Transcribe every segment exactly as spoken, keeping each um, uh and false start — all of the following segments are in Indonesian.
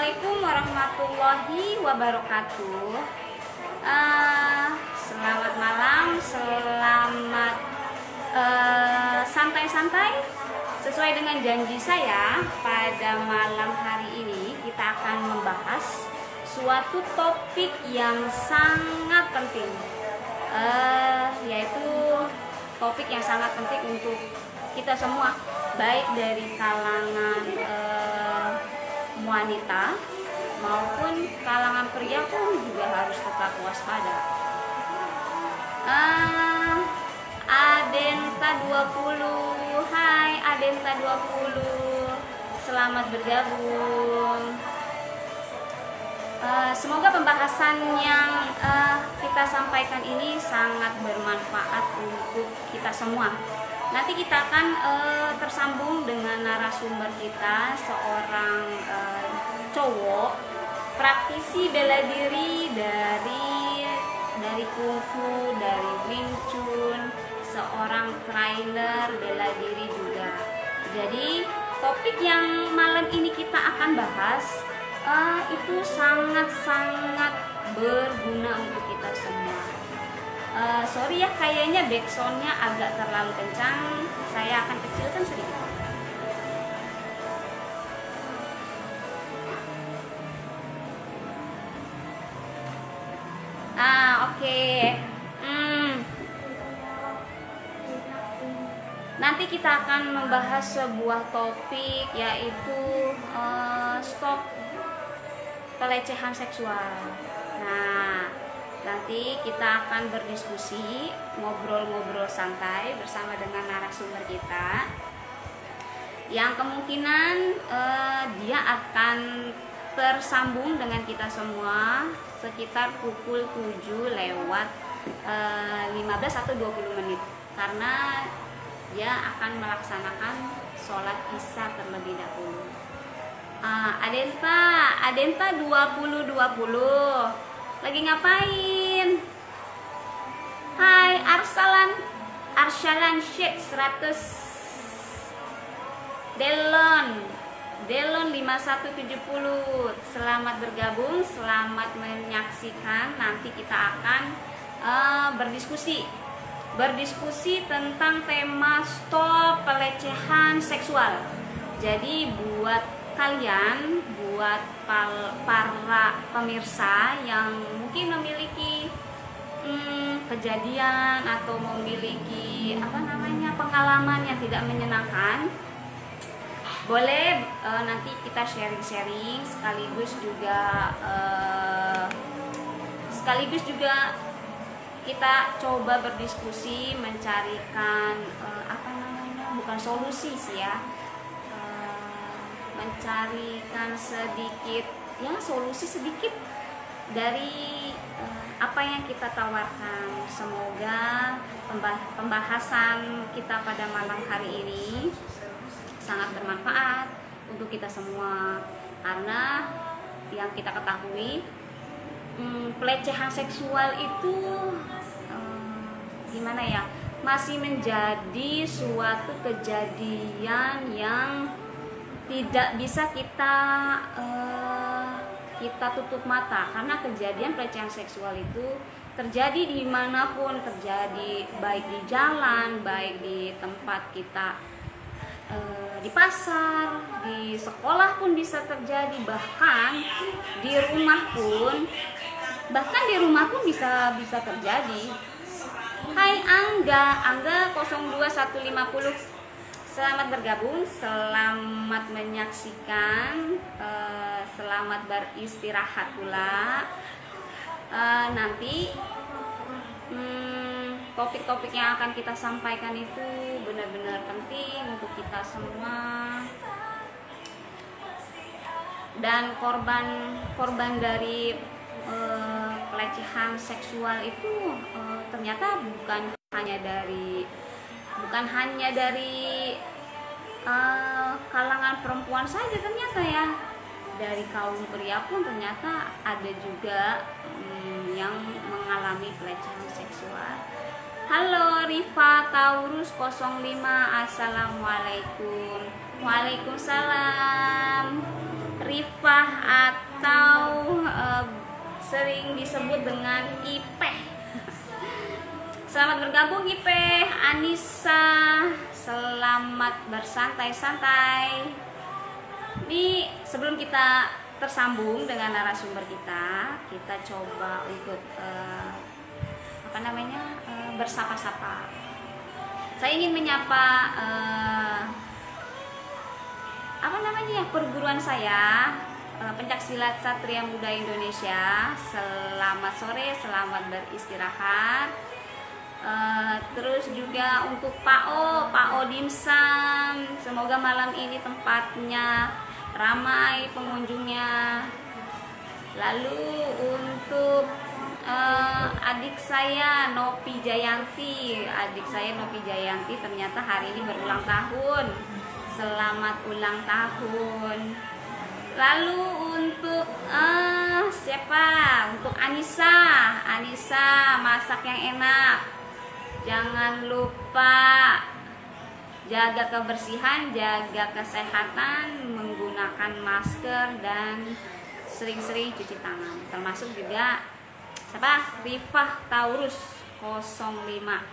Assalamualaikum warahmatullahi wabarakatuh. Uh, selamat malam, selamat uh, santai-santai. Sesuai dengan janji saya, pada malam hari ini kita akan membahas suatu topik yang sangat penting, uh, yaitu topik yang sangat penting untuk kita semua, baik dari kalangan uh, wanita maupun kalangan pria pun juga harus tetap waspada. Uh, Adenta dua puluh, hai Adenta dua puluh, selamat bergabung. Uh, semoga pembahasan yang uh, kita sampaikan ini sangat bermanfaat untuk kita semua. Nanti kita akan uh, tersambung dengan narasumber kita, seorang uh, cowok praktisi bela diri dari dari kungfu, dari Wing Chun, seorang trainer bela diri juga. Jadi topik yang malam ini kita akan bahas uh, itu sangat-sangat berguna untuk kita semua. Uh, sorry ya, kayaknya backsoundnya agak terlalu kencang. Saya akan kecilkan sedikit. Ah, oke. Okay. Hmm. Nanti kita akan membahas sebuah topik, yaitu uh, stop pelecehan seksual. Nah, nanti kita akan berdiskusi, ngobrol-ngobrol santai bersama dengan narasumber kita, yang kemungkinan uh, dia akan tersambung dengan kita semua sekitar pukul tujuh lewat uh, lima belas atau dua puluh menit, karena dia akan melaksanakan sholat isya terlebih dahulu. uh, Adenta, Adenta dua puluh dua puluh lagi ngapain? Hai Arsalan, Arsalan Syed seratus, Delon, Delon lima satu tujuh nol. Selamat bergabung, selamat menyaksikan. Nanti kita akan uh, berdiskusi Berdiskusi tentang tema stop pelecehan seksual. Jadi buat kalian, buat para pemirsa yang mungkin memiliki hmm, kejadian atau memiliki apa namanya pengalaman yang tidak menyenangkan, boleh uh, nanti kita sharing-sharing sekaligus juga uh, sekaligus juga kita coba berdiskusi mencarikan uh, apa namanya bukan solusi sih ya. Mencarikan sedikit ya solusi sedikit dari uh, apa yang kita tawarkan. Semoga pembahasan kita pada malam hari ini sangat bermanfaat untuk kita semua, karena yang kita ketahui hmm, pelecehan seksual itu um, gimana ya masih menjadi suatu kejadian yang tidak bisa kita uh, kita tutup mata, karena kejadian pelecehan seksual itu terjadi dimanapun terjadi, baik di jalan, baik di tempat kita uh, di pasar, di sekolah pun bisa terjadi, bahkan di rumah pun bahkan di rumah pun bisa bisa terjadi. Hai Angga, Angga nol dua satu lima nol, selamat bergabung, selamat menyaksikan, uh, selamat beristirahat pula. Uh, nanti hmm, topik-topik yang akan kita sampaikan itu benar-benar penting untuk kita semua. Dan korban korban dari uh, pelecehan seksual itu uh, ternyata bukan hanya dari bukan hanya dari uh, kalangan perempuan saja ternyata ya, dari kaum pria pun ternyata ada juga um, yang mengalami pelecehan seksual. Halo Rifa Taurus nol lima, assalamualaikum. Waalaikumsalam. Rifah atau uh, sering disebut dengan Ipeh. Selamat bergabung Ipeh, Anissa, selamat bersantai-santai. Ini sebelum kita tersambung dengan narasumber kita, kita coba untuk uh, apa namanya uh, bersapa-sapa. Saya ingin menyapa uh, apa namanya perguruan saya, uh, pencaksilat Satria Muda Indonesia. Selamat sore, selamat beristirahat. Uh, terus juga untuk Pak O, Pak O Dimsum, semoga malam ini tempatnya ramai pengunjungnya. Lalu untuk uh, adik saya Nopi Jayanti, adik saya Nopi Jayanti ternyata hari ini berulang tahun. Selamat ulang tahun. Lalu untuk uh, siapa? Untuk Anissa, Anissa masak yang enak. Jangan lupa jaga kebersihan, jaga kesehatan, menggunakan masker dan sering-sering cuci tangan. Termasuk juga siapa? Rifah Taurus nol lima.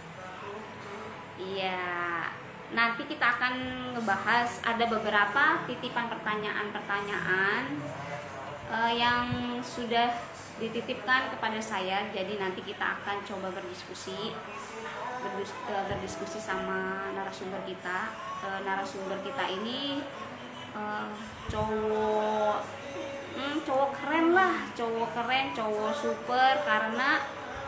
Iya. Nanti kita akan ngebahas ada beberapa titipan pertanyaan-pertanyaan uh, yang sudah dititipkan kepada saya. Jadi nanti kita akan coba berdiskusi berdis, uh, berdiskusi sama narasumber kita. Uh, narasumber kita ini uh, cowok hmm, cowok keren lah, cowok keren, cowok super karena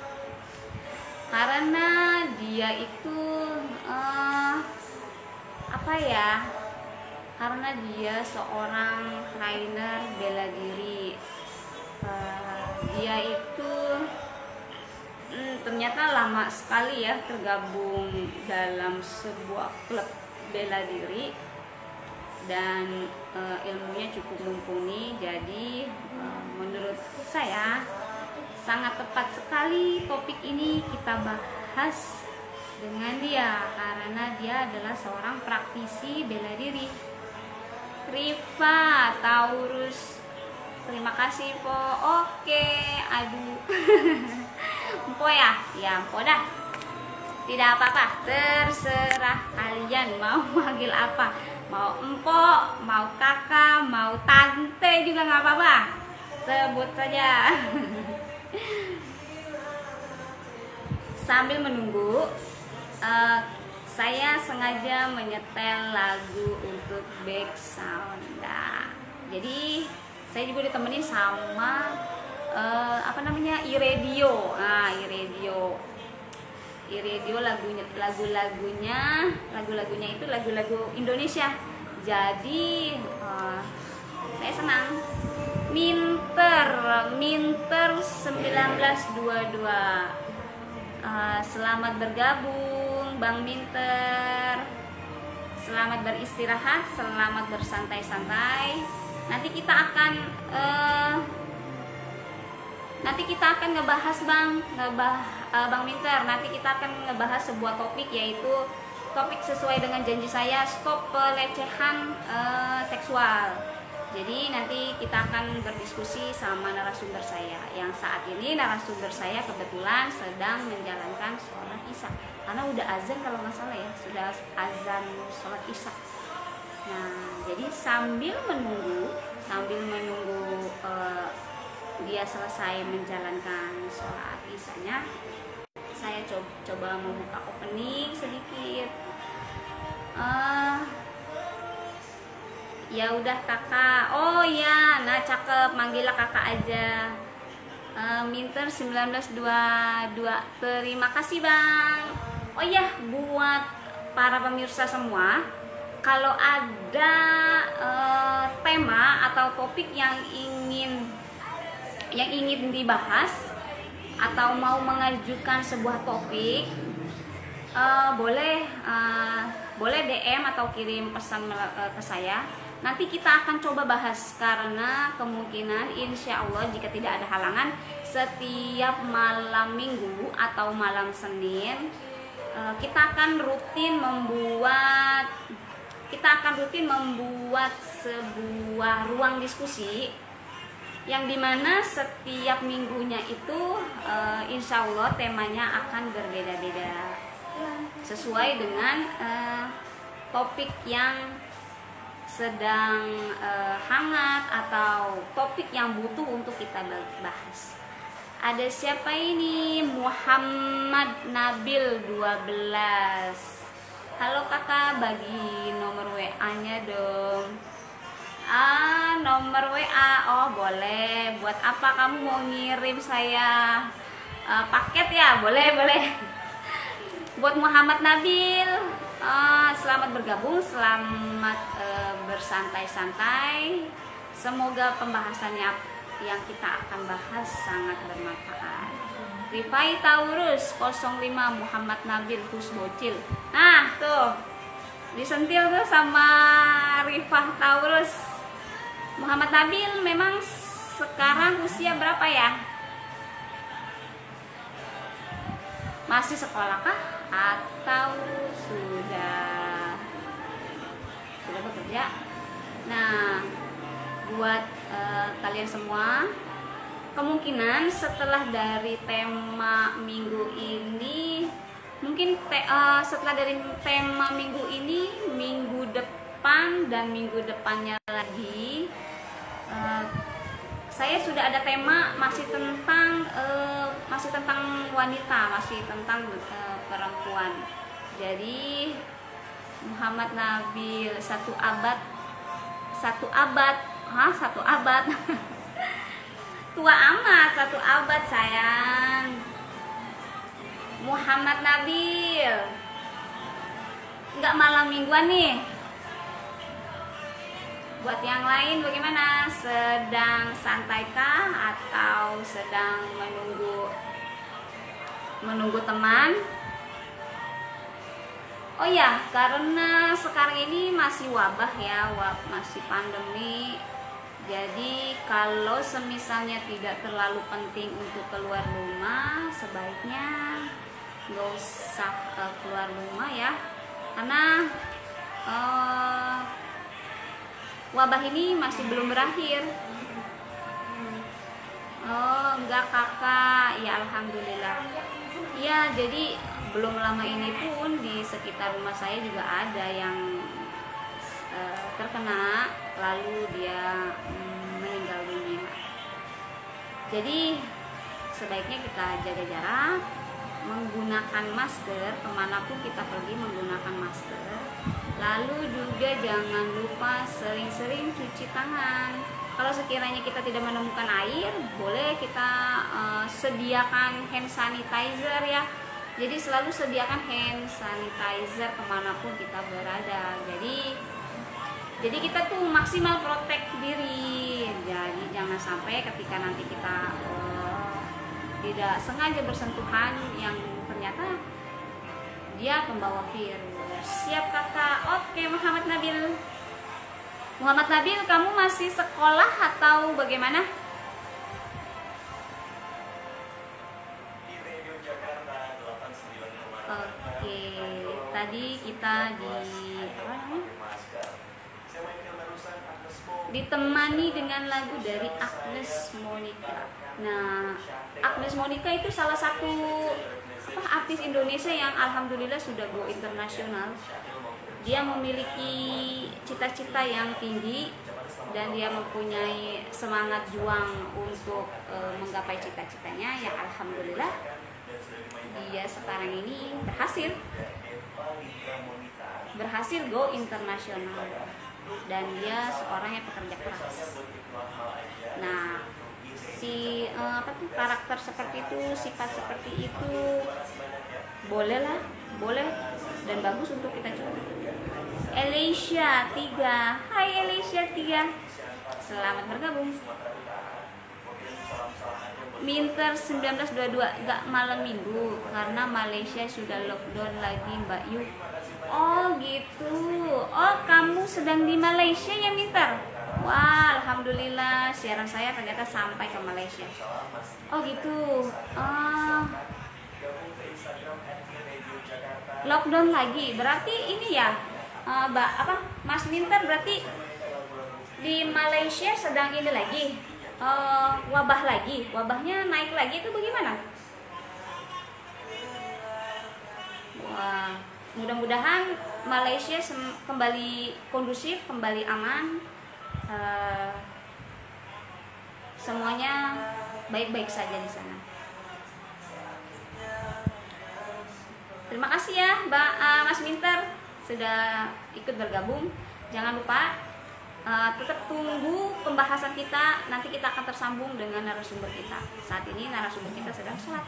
karena dia itu uh, apa ya? Karena dia seorang trainer bela diri. Uh, dia itu hmm, ternyata lama sekali ya tergabung dalam sebuah klub bela diri dan uh, ilmunya cukup mumpuni. Jadi uh, menurut saya sangat tepat sekali topik ini kita bahas dengan dia karena dia adalah seorang praktisi bela diri. Rifah Taurus, terima kasih Po. Oke, aduh. Empo ya? Ya Empo dah. Tidak apa-apa, terserah kalian mau manggil apa. Mau Empo, mau kakak, mau tante juga nggak apa-apa. Sebut saja. Sambil menunggu, uh, saya sengaja menyetel lagu untuk background. Nah, jadi saya juga ditemenin sama uh, apa namanya iRadio. Nah, iRadio, iRadio lagunya, lagu-lagunya, lagu-lagunya itu lagu-lagu Indonesia. Jadi uh, saya senang. Minter, Minter seribu sembilan ratus dua puluh dua. Uh, selamat bergabung Bang Minter. Selamat beristirahat, selamat bersantai-santai. Nanti kita akan uh, nanti kita akan ngebahas Bang, ngebah uh, Bang Minter. Nanti kita akan ngebahas sebuah topik, yaitu topik sesuai dengan janji saya, stop pelecehan uh, seksual. Jadi nanti kita akan berdiskusi sama narasumber saya. Yang saat ini narasumber saya kebetulan sedang menjalankan sholat isya. Karena udah azan kalau nggak salah ya, sudah azan sholat isya. Nah, jadi sambil menunggu, sambil menunggu uh, dia selesai menjalankan sholat isyanya, saya coba, coba membuka opening sedikit. Uh, Ya udah kakak. Oh ya, nah cakep, manggillah kakak aja. uh, Minter seribu sembilan ratus dua puluh dua. Terima kasih Bang. Oh ya, buat para pemirsa semua, kalau ada uh, tema atau topik yang ingin yang ingin dibahas atau mau mengajukan sebuah topik, uh, boleh uh, boleh D M atau kirim pesan uh, ke saya. Nanti kita akan coba bahas karena kemungkinan insya Allah jika tidak ada halangan setiap malam minggu atau malam Senin kita akan rutin membuat kita akan rutin membuat sebuah ruang diskusi yang dimana setiap minggunya itu uh, insya Allah temanya akan berbeda-beda sesuai dengan uh, topik yang sedang uh, hangat atau topik yang butuh untuk kita bahas. Ada siapa ini? Muhammad Nabil dua belas. Halo kakak, bagi nomor W A-nya dong. Ah, nomor W A. Oh, boleh. Buat apa kamu mau ngirim saya uh, paket ya? Boleh, boleh. Buat Muhammad Nabil, uh, selamat bergabung, selamat uh, bersantai-santai. Semoga pembahasannya yang kita akan bahas sangat bermanfaat. Rifai Taurus nol lima Muhammad Nabil Husbocil. Nah tuh disentil tuh sama Rifah Taurus. Muhammad Nabil memang sekarang usia berapa ya? Masih sekolah kah? Atau sudah sudah bekerja? Nah, buat uh, kalian semua, kemungkinan setelah dari tema minggu ini, mungkin te, uh, setelah dari tema minggu ini, minggu depan dan minggu depannya lagi, uh, saya sudah ada tema masih tentang uh, masih tentang wanita, masih tentang uh, perempuan. Jadi Muhammad Nabil satu abad, satu abad, hah satu abad. Tua amat, satu abad sayang. Muhammad Nabil, nggak malam mingguan nih. Buat yang lain bagaimana? Sedang santaikah atau sedang menunggu menunggu teman? Oh ya, karena sekarang ini masih wabah ya, wab, masih pandemi. Jadi kalau semisalnya tidak terlalu penting untuk keluar rumah, sebaiknya nggak usah uh, keluar rumah ya, karena uh, wabah ini masih belum berakhir. Oh enggak kakak, ya alhamdulillah. Ya jadi belum lama ini pun di sekitar rumah saya juga ada yang uh, terkena, lalu dia hmm, meninggal dunia. Jadi sebaiknya kita jaga jarak, menggunakan masker kemanapun kita pergi, menggunakan masker. Lalu juga jangan lupa sering-sering cuci tangan. Kalau sekiranya kita tidak menemukan air, boleh kita uh, sediakan hand sanitizer ya. Jadi selalu sediakan hand sanitizer kemanapun kita berada. Jadi Jadi kita tuh maksimal protek diri. Jadi jangan sampai ketika nanti kita uh, tidak sengaja bersentuhan yang ternyata dia pembawa virus. Siap kakak? Oke Muhammad Nabil. Muhammad Nabil, kamu masih sekolah atau bagaimana? Oke, tadi kita di apa namanya? Ditemani dengan lagu dari Agnes Monica. Nah, Agnes Monica itu salah satu apa, artis Indonesia yang alhamdulillah sudah go internasional. Dia memiliki cita-cita yang tinggi dan dia mempunyai semangat juang untuk e, menggapai cita-citanya. Ya alhamdulillah dia sekarang ini berhasil berhasil go internasional. Dan dia seorang yang pekerja keras. Nah, si eh, apa tuh karakter seperti itu, sifat seperti itu, bolehlah, boleh dan bagus untuk kita coba. Elisha tiga, hai Elisha tiga, selamat bergabung. Minter seribu sembilan ratus dua puluh dua, gak malam minggu karena Malaysia sudah lockdown lagi Mbak Yu. Oh gitu. Oh kamu sedang di Malaysia ya Minter? Wah alhamdulillah siaran saya ternyata sampai ke Malaysia. Oh gitu. Oh, lockdown lagi. Berarti ini ya uh, ba- apa Mas Minter berarti di Malaysia sedang ini lagi uh, wabah lagi, wabahnya naik lagi itu bagaimana? Wah, mudah-mudahan Malaysia kembali kondusif, kembali aman, uh, semuanya baik-baik saja di sana. Terima kasih ya, Mbak uh, Mas Minter sudah ikut bergabung. Jangan lupa uh, tetap tunggu pembahasan kita. Nanti kita akan tersambung dengan narasumber kita. Saat ini narasumber kita sedang sholat.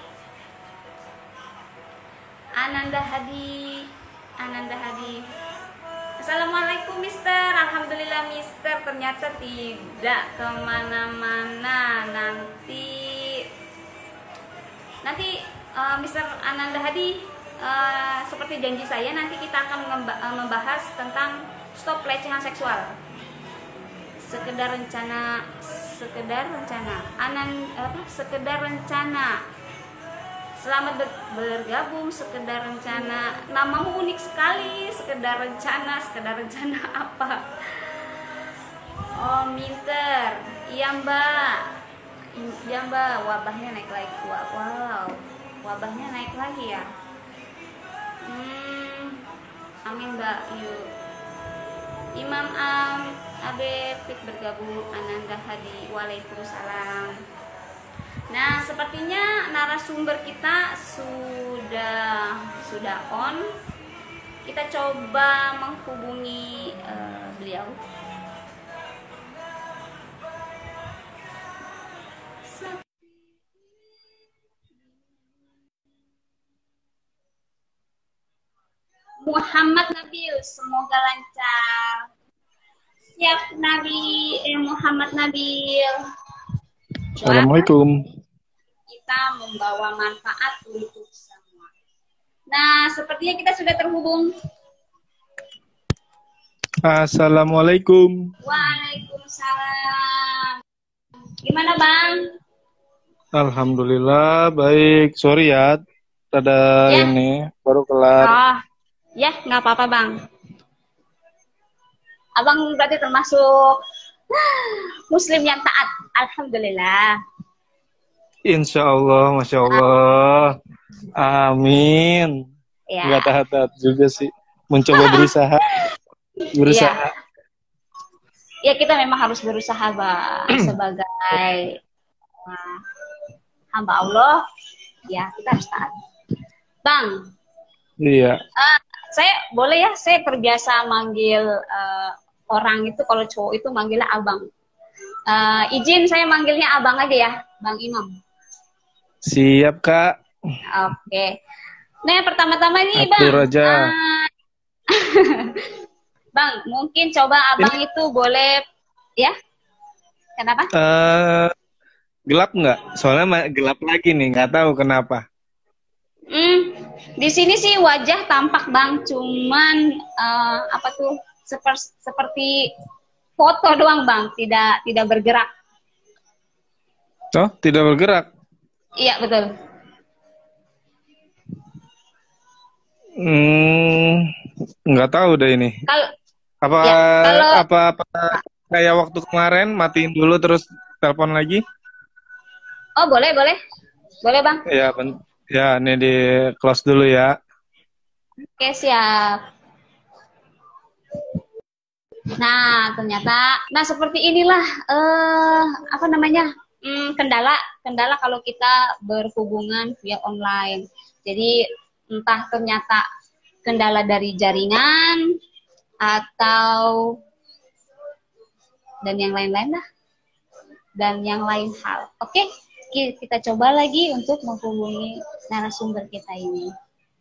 Ananda Hadi, Ananda Hadi. Assalamualaikum Mister. Alhamdulillah Mister ternyata tidak kemana-mana. Nanti, nanti uh, Mister Ananda Hadi. Uh, seperti janji saya, nanti kita akan membahas tentang stop pelecehan seksual. Sekedar rencana, sekedar rencana, anan apa? Sekedar rencana. Selamat bergabung, sekedar rencana. Namamu unik sekali, sekedar rencana, sekedar rencana apa? Oh, Minter, iya Mbak, iya Mbak, wabahnya naik lagi. Wow, wabahnya naik lagi ya. Hmm, amin Mbak. Yuk, Imam Am Abe Fit bergabung. Ananda Hadi, waalaikumsalam. Nah, sepertinya narasumber kita sudah sudah on. Kita coba menghubungi uh, beliau. Muhammad Nabil, semoga lancar. Siap Nabi eh, Muhammad Nabil. Assalamualaikum. Kita membawa manfaat untuk semua. Nah, sepertinya kita sudah terhubung. Assalamualaikum. Waalaikumsalam. Gimana Bang? Alhamdulillah baik. Sorry ya, ada ya. ini baru kelar. Oh. Ya, nggak apa-apa Bang. Abang berarti termasuk Muslim yang taat. Alhamdulillah. Insya Allah, Masya Allah. Amin. Ya. Nggak taat-taat juga sih. Mencoba berusaha. Berusaha. Ya, ya kita memang harus berusaha Bang. Sebagai uh, hamba Allah, ya kita harus taat. Bang. Iya. Uh, saya boleh ya, saya terbiasa manggil uh, orang itu kalau cowok itu manggilnya abang. Uh, izin saya manggilnya abang aja ya, Bang Imam. Siap Kak. Oke. Okay. Nah yang pertama-tama nih Bang. Aja. Uh, Bang, mungkin coba abang Ini... itu boleh ya? Kenapa? Uh, gelap nggak? Soalnya gelap lagi nih, nggak tahu kenapa. Hmm, di sini sih wajah tampak Bang, cuman uh, apa tuh seperti seperti foto doang Bang, tidak tidak bergerak. Oh, tidak bergerak? Iya betul. Hmm, nggak tahu deh ini. Kalau apa ya, kalau, apa apa kayak waktu kemarin matiin dulu terus telepon lagi? Oh boleh boleh, boleh Bang. Ya ben Ya, ini di close dulu ya. Oke, siap. Nah, ternyata, nah seperti inilah, eh, apa namanya, hmm, kendala, kendala kalau kita berhubungan via online. Jadi, entah ternyata kendala dari jaringan, atau, dan yang lain-lain lah. Dan yang lain hal. Oke? Kita coba lagi untuk menghubungi narasumber kita ini.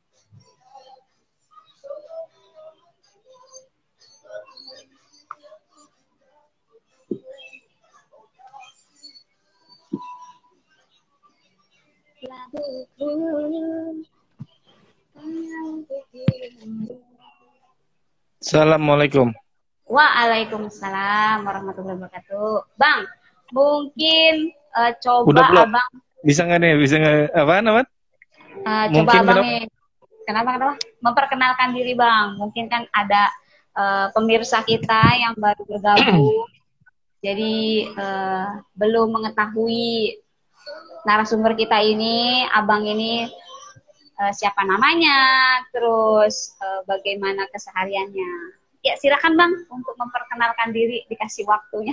Assalamualaikum. Waalaikumsalam warahmatullahi wabarakatuh. Bang, mungkin uh, coba abang bisa nggak nih bisa nggak apa apa uh, coba abang nih kenapa kenapa memperkenalkan diri Bang, mungkin kan ada eh, pemirsa kita yang baru bergabung, jadi eh, belum mengetahui narasumber kita ini, abang ini eh, siapa namanya, terus eh, bagaimana kesehariannya. Ya silakan bang untuk memperkenalkan diri, dikasih waktunya.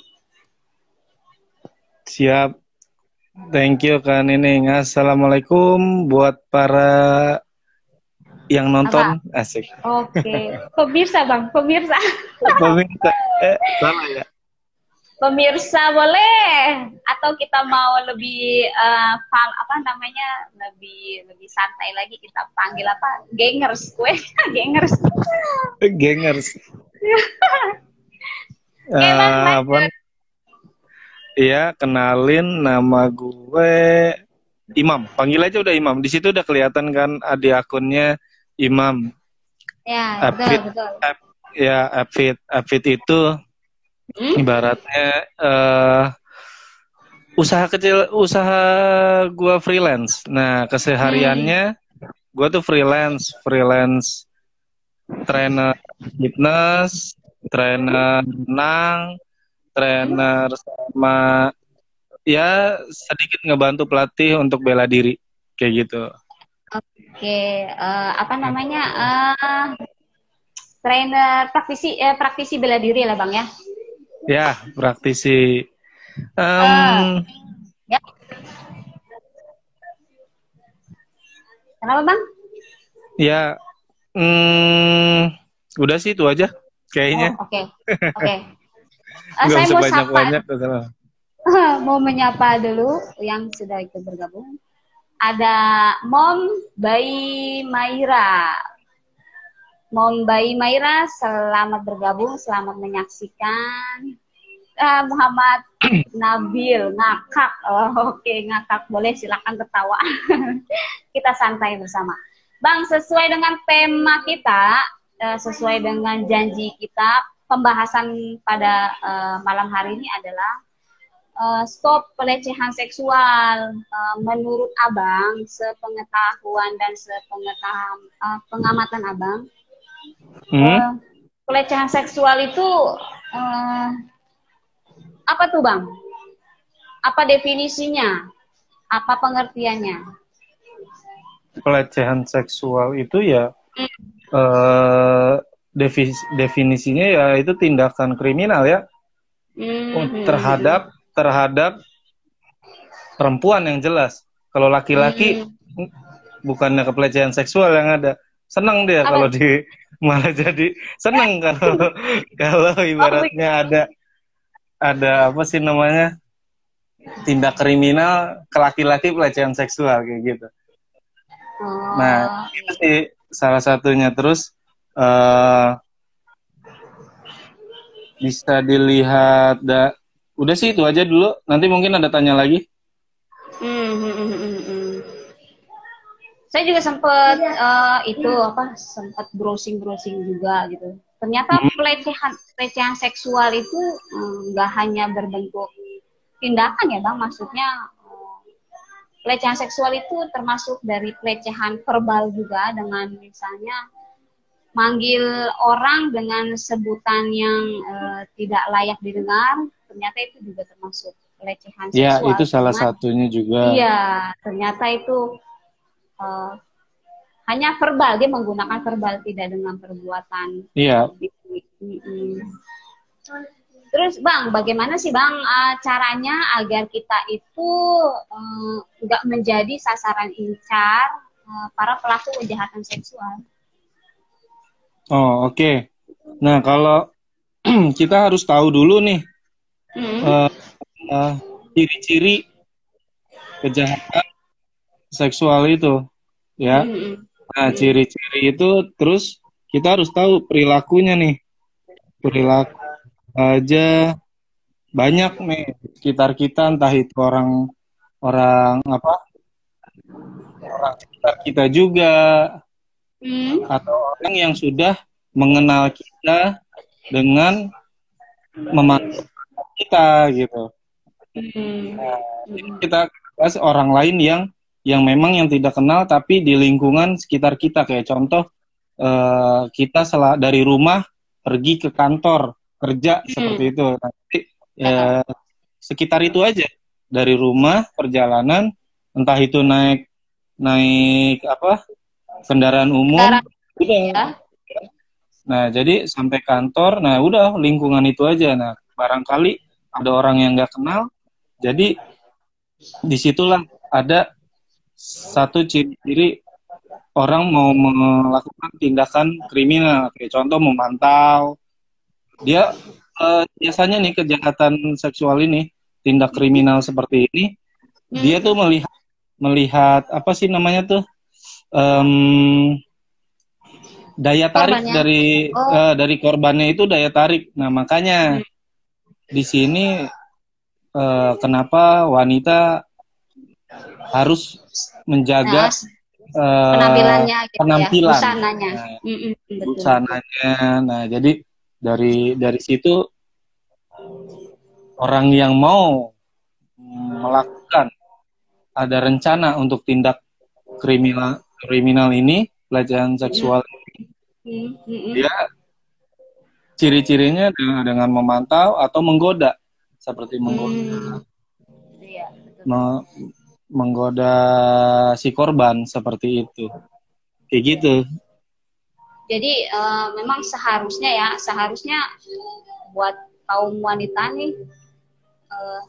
Siap. Thank you Kak Nining. Assalamualaikum buat para yang nonton. Apa? Asik. Oke, pemirsa bang, pemirsa. Pemirsa. Eh, salah ya? Pemirsa boleh, atau kita mau lebih uh, fal, apa namanya, lebih lebih santai lagi, kita panggil apa, gengers, gue gengers. Gengers. Oke, Bang, Eh, apa? lanjut. Iya, kenalin nama gue Imam. Panggil aja udah Imam. Di situ udah kelihatan kan di akunnya Imam. Ya, Upfit, betul, betul. up, ya upfit, upfit itu Hmm? ibaratnya eh usaha kecil, usaha gua freelance. Nah, kesehariannya gua tuh freelance, freelance trainer fitness, trainer renang, trainer sama ya sedikit ngebantu pelatih untuk bela diri kayak gitu. Oke, eh, apa namanya, eh, trainer praktisi, eh, praktisi bela diri lah bang ya. Ya, praktisi. Em, Eh, ya. Kenapa bang? ya, hmm, udah sih itu aja kayaknya. Oh, oke, oke. Eh, Nggak saya usah mau sapa, banyak-banyak. mau menyapa dulu yang sudah ikut bergabung. Ada Mom Bayi Maira. Mom Bayi Maira, selamat bergabung, selamat menyaksikan. Ah, Muhammad Nabil, ngakak. Oh, oke, ngakak. Boleh, silakan tertawa. Kita santai bersama. Bang, sesuai dengan tema kita, eh, sesuai dengan janji kita, pembahasan pada eh, malam hari ini adalah eh, stop pelecehan seksual. Eh, menurut abang, sepengetahuan dan sepengetahuan eh, pengamatan abang, Hmm? eh, pelecehan seksual itu eh, apa tuh bang? Apa definisinya? Apa pengertiannya? Pelecehan seksual itu ya eh, defi- definisinya ya itu tindakan kriminal ya Hmm. terhadap terhadap perempuan yang jelas. Kalau laki-laki Hmm. bukannya pelecehan seksual yang ada, senang dia Apa? kalau di malah jadi senang kalau kalau ibaratnya ada ada apa sih namanya tindak kriminal ke laki-laki pelecehan seksual kayak gitu. Oh. Nah, itu sih salah satunya. Terus eh bisa dilihat da udah sih itu aja dulu. Nanti mungkin ada tanya lagi. Hmm, hmm, hmm, hmm, hmm. Saya juga sempat eh, itu apa sempat browsing browsing juga gitu. Ternyata Hmm. pelecehan pelecehan seksual itu eh, nggak hanya berbentuk tindakan ya bang, maksudnya eh, pelecehan seksual itu termasuk dari pelecehan verbal juga, dengan misalnya manggil orang dengan sebutan yang eh, tidak layak didengar. Ternyata itu juga termasuk pelecehan Ya, seksual. itu salah Cuman, satunya juga. iya, ternyata itu uh, hanya verbal, dia menggunakan verbal, tidak dengan perbuatan. Iya. Mm-mm. Terus bang, bagaimana sih bang uh, caranya agar kita itu uh, nggak menjadi sasaran incar uh, para pelaku kejahatan seksual? Oh, oke. Okay. Nah, kalau kita harus tahu dulu nih Mm. uh, uh, ciri-ciri kejahatan seksual itu, ya. Mm-mm. Nah, ciri-ciri itu terus kita harus tahu perilakunya nih. Perilaku aja banyak nih di sekitar kita, entah itu orang orang apa orang sekitar kita juga Mm. atau orang yang sudah mengenal kita dengan memantau kita gitu. Mm. Nah, ini kita bahas orang lain yang yang memang yang tidak kenal tapi di lingkungan sekitar kita, kayak contoh eh, kita sel- dari rumah pergi ke kantor kerja Hmm. seperti itu. Nanti ya, sekitar itu aja, dari rumah perjalanan, entah itu naik naik apa kendaraan umum, Sekarang udah. ya. Nah, jadi sampai kantor, nah udah lingkungan itu aja. Nah, barangkali ada orang yang nggak kenal, jadi disitulah ada satu ciri-ciri orang mau melakukan tindakan kriminal. Kayak contoh memantau. Dia eh, biasanya nih kejahatan seksual ini, tindak kriminal seperti ini, Hmm. dia tuh melihat melihat apa sih namanya tuh em, daya tarik Korbannya. dari Oh. eh, dari korbannya itu daya tarik. Nah, makanya Hmm. di sini eh, kenapa wanita harus menjaga Nah, eh, penampilannya gitu ya, penampilan, busananya. nah, Mm-mm, betul, betul. busananya. Nah, jadi dari dari situ orang yang mau melakukan, ada rencana untuk tindak kriminal kriminal ini, pelecehan seksual, Mm, mm-mm. dia ciri-cirinya dengan, dengan memantau atau menggoda, seperti menggoda Hmm. Iya, betul. me- menggoda si korban seperti itu, kayak gitu. Jadi eh, memang seharusnya ya, seharusnya buat kaum wanita nih eh,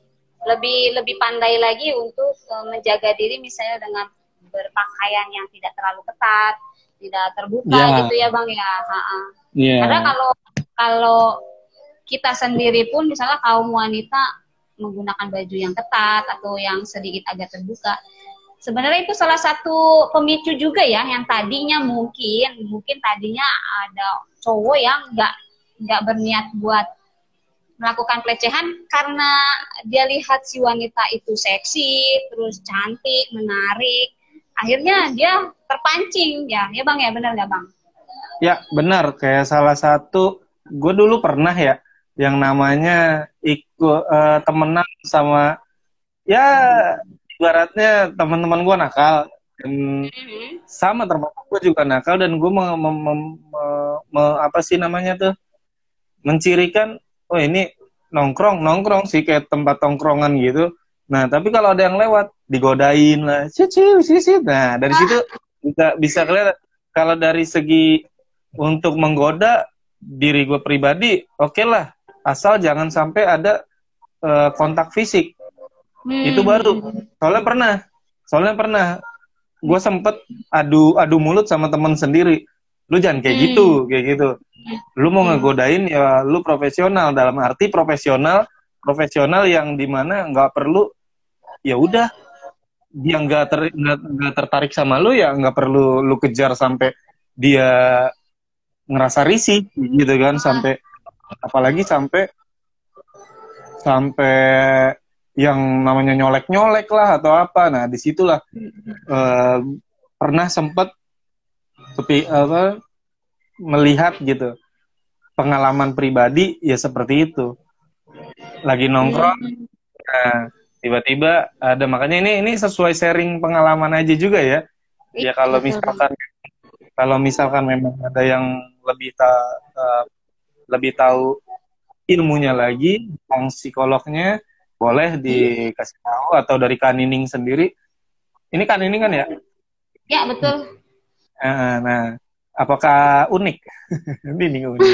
lebih lebih pandai lagi untuk eh, menjaga diri, misalnya dengan berpakaian yang tidak terlalu ketat, tidak terbuka Ya, gitu ya Bang ya. Ha-ha. ya, Karena kalau kalau kita sendiri pun misalnya kaum wanita menggunakan baju yang ketat atau yang sedikit agak terbuka, sebenarnya itu salah satu pemicu juga ya, yang tadinya mungkin mungkin tadinya ada cowok yang nggak nggak berniat buat melakukan pelecehan, karena dia lihat si wanita itu seksi, terus cantik, menarik, akhirnya dia terpancing ya, ya Bang ya, benar nggak Bang? ya benar. Kayak salah satu, gue dulu pernah ya, yang namanya ikut eh, temenan sama, ya ibaratnya teman-teman gue nakal, dan Mm-hmm. sama termasuk gue juga nakal, dan gue me- me- me- me- me- apa sih namanya tuh, mencirikan, oh ini nongkrong nongkrong sih, kayak tempat tongkrongan gitu. Nah, tapi kalau ada yang lewat digodain lah, cici cici. Nah, dari situ bisa bisa kelihatan. Kalau dari segi untuk menggoda diri gue pribadi, oke okay lah, asal jangan sampai ada uh, kontak fisik. Hmm. Itu baru. Soalnya pernah, soalnya pernah gue sempet adu adu mulut sama teman sendiri. Lu jangan kayak Hmm. gitu, kayak gitu. Lu mau Hmm. ngegodain ya lu profesional, dalam arti profesional profesional yang dimana nggak perlu, ya udah dia nggak ter, nggak nggak tertarik sama lu, ya nggak perlu lu kejar sampai dia ngerasa risih gitu kan, sampai apalagi sampai sampai yang namanya nyolek-nyolek lah atau apa. Nah, disitulah eh, pernah sempat tapi apa melihat gitu, pengalaman pribadi ya seperti itu. Lagi nongkrong, Hmm. nah tiba-tiba ada, makanya ini ini sesuai sharing pengalaman aja juga ya. Ya kalau Betul, Bang. misalkan kalau misalkan memang ada yang lebih ta, uh, lebih tahu ilmunya lagi, tentang psikolognya, boleh dikasih tahu, atau dari Kak Nining sendiri. Ini Kak Nining kan ya? Ya, betul. Nah, nah apakah unik? Nining unik.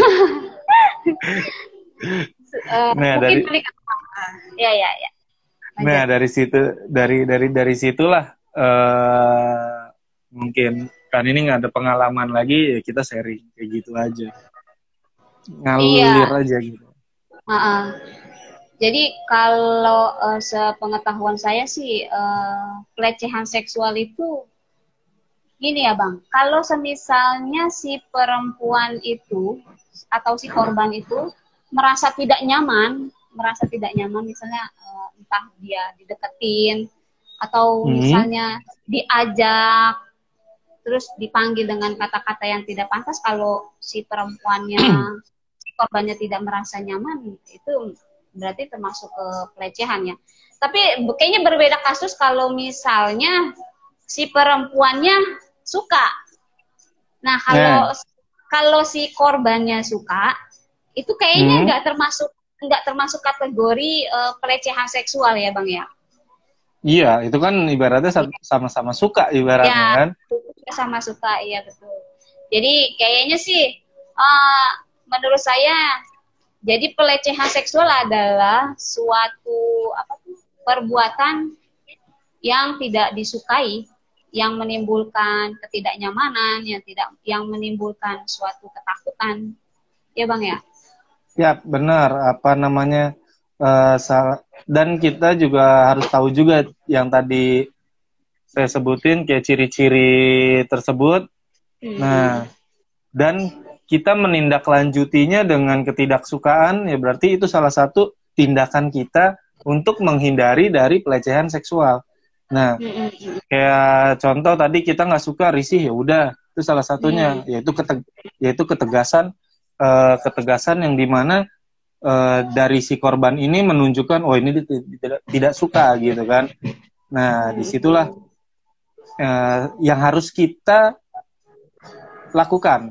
Uh, Nah, mungkin dari beli ya ya ya. Lanjut. Nah, dari situ dari dari dari situlah uh, mungkin kan ini nggak ada pengalaman lagi, ya kita sharing kayak gitu aja, ngalir Iya. aja gitu. Uh-uh. Jadi kalau uh, sepengetahuan saya sih uh, pelecehan seksual itu gini ya Bang, kalau semisalnya si perempuan itu atau si korban itu merasa tidak nyaman, merasa tidak nyaman misalnya uh, entah dia dideketin atau Hmm. misalnya diajak terus dipanggil dengan kata-kata yang tidak pantas, kalau si perempuannya si korbannya tidak merasa nyaman, itu berarti termasuk ke pelecehan ya. Tapi kayaknya berbeda kasus kalau misalnya si perempuannya suka. Nah, kalau Nah. kalau si korbannya suka, itu kayaknya Hmm. nggak termasuk nggak termasuk kategori uh, pelecehan seksual ya bang ya? Iya, itu kan ibaratnya sama-sama suka ibaratnya Ya, kan. sama suka, iya betul. Jadi kayaknya sih, uh, menurut saya, jadi pelecehan seksual adalah suatu apa tuh, perbuatan yang tidak disukai, yang menimbulkan ketidaknyamanan, yang tidak, yang menimbulkan suatu ketakutan, ya bang ya. Ya, benar. Apa namanya? eh, sal- dan kita juga harus tahu juga yang tadi saya sebutin kayak ciri-ciri tersebut. Hmm. Nah, dan kita menindaklanjutinya dengan ketidaksukaan, ya berarti itu salah satu tindakan kita untuk menghindari dari pelecehan seksual. Nah, Hmm. kayak contoh tadi kita nggak suka risih, ya udah itu salah satunya, Hmm. yaitu keteg yaitu ketegasan eh, ketegasan yang dimana eh, dari si korban ini menunjukkan oh ini tidak tidak suka gitu kan. Nah, disitulah eh, yang harus kita lakukan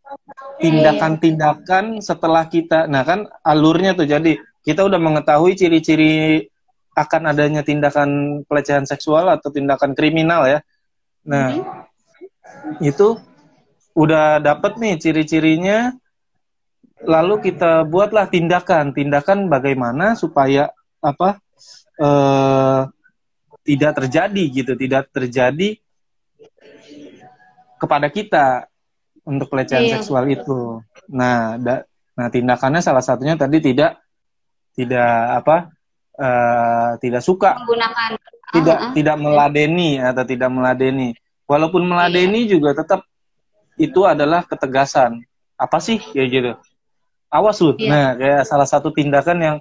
tindakan-tindakan setelah kita, nah kan alurnya tuh, jadi kita udah mengetahui ciri-ciri akan adanya tindakan pelecehan seksual atau tindakan kriminal ya. Nah, itu udah dapet nih ciri-cirinya, lalu kita buatlah tindakan, tindakan bagaimana supaya apa eh, tidak terjadi gitu, tidak terjadi kepada kita untuk pelecehan Iya, seksual itu. Nah, da, nah tindakannya salah satunya tadi tidak tidak apa uh, tidak suka, menggunakan ah, tidak ah. tidak meladeni atau tidak meladeni. Walaupun Iya. meladeni juga tetap itu adalah ketegasan. Apa sih kayak gitu? Awas lu. Iya. Nah, kayak salah satu tindakan yang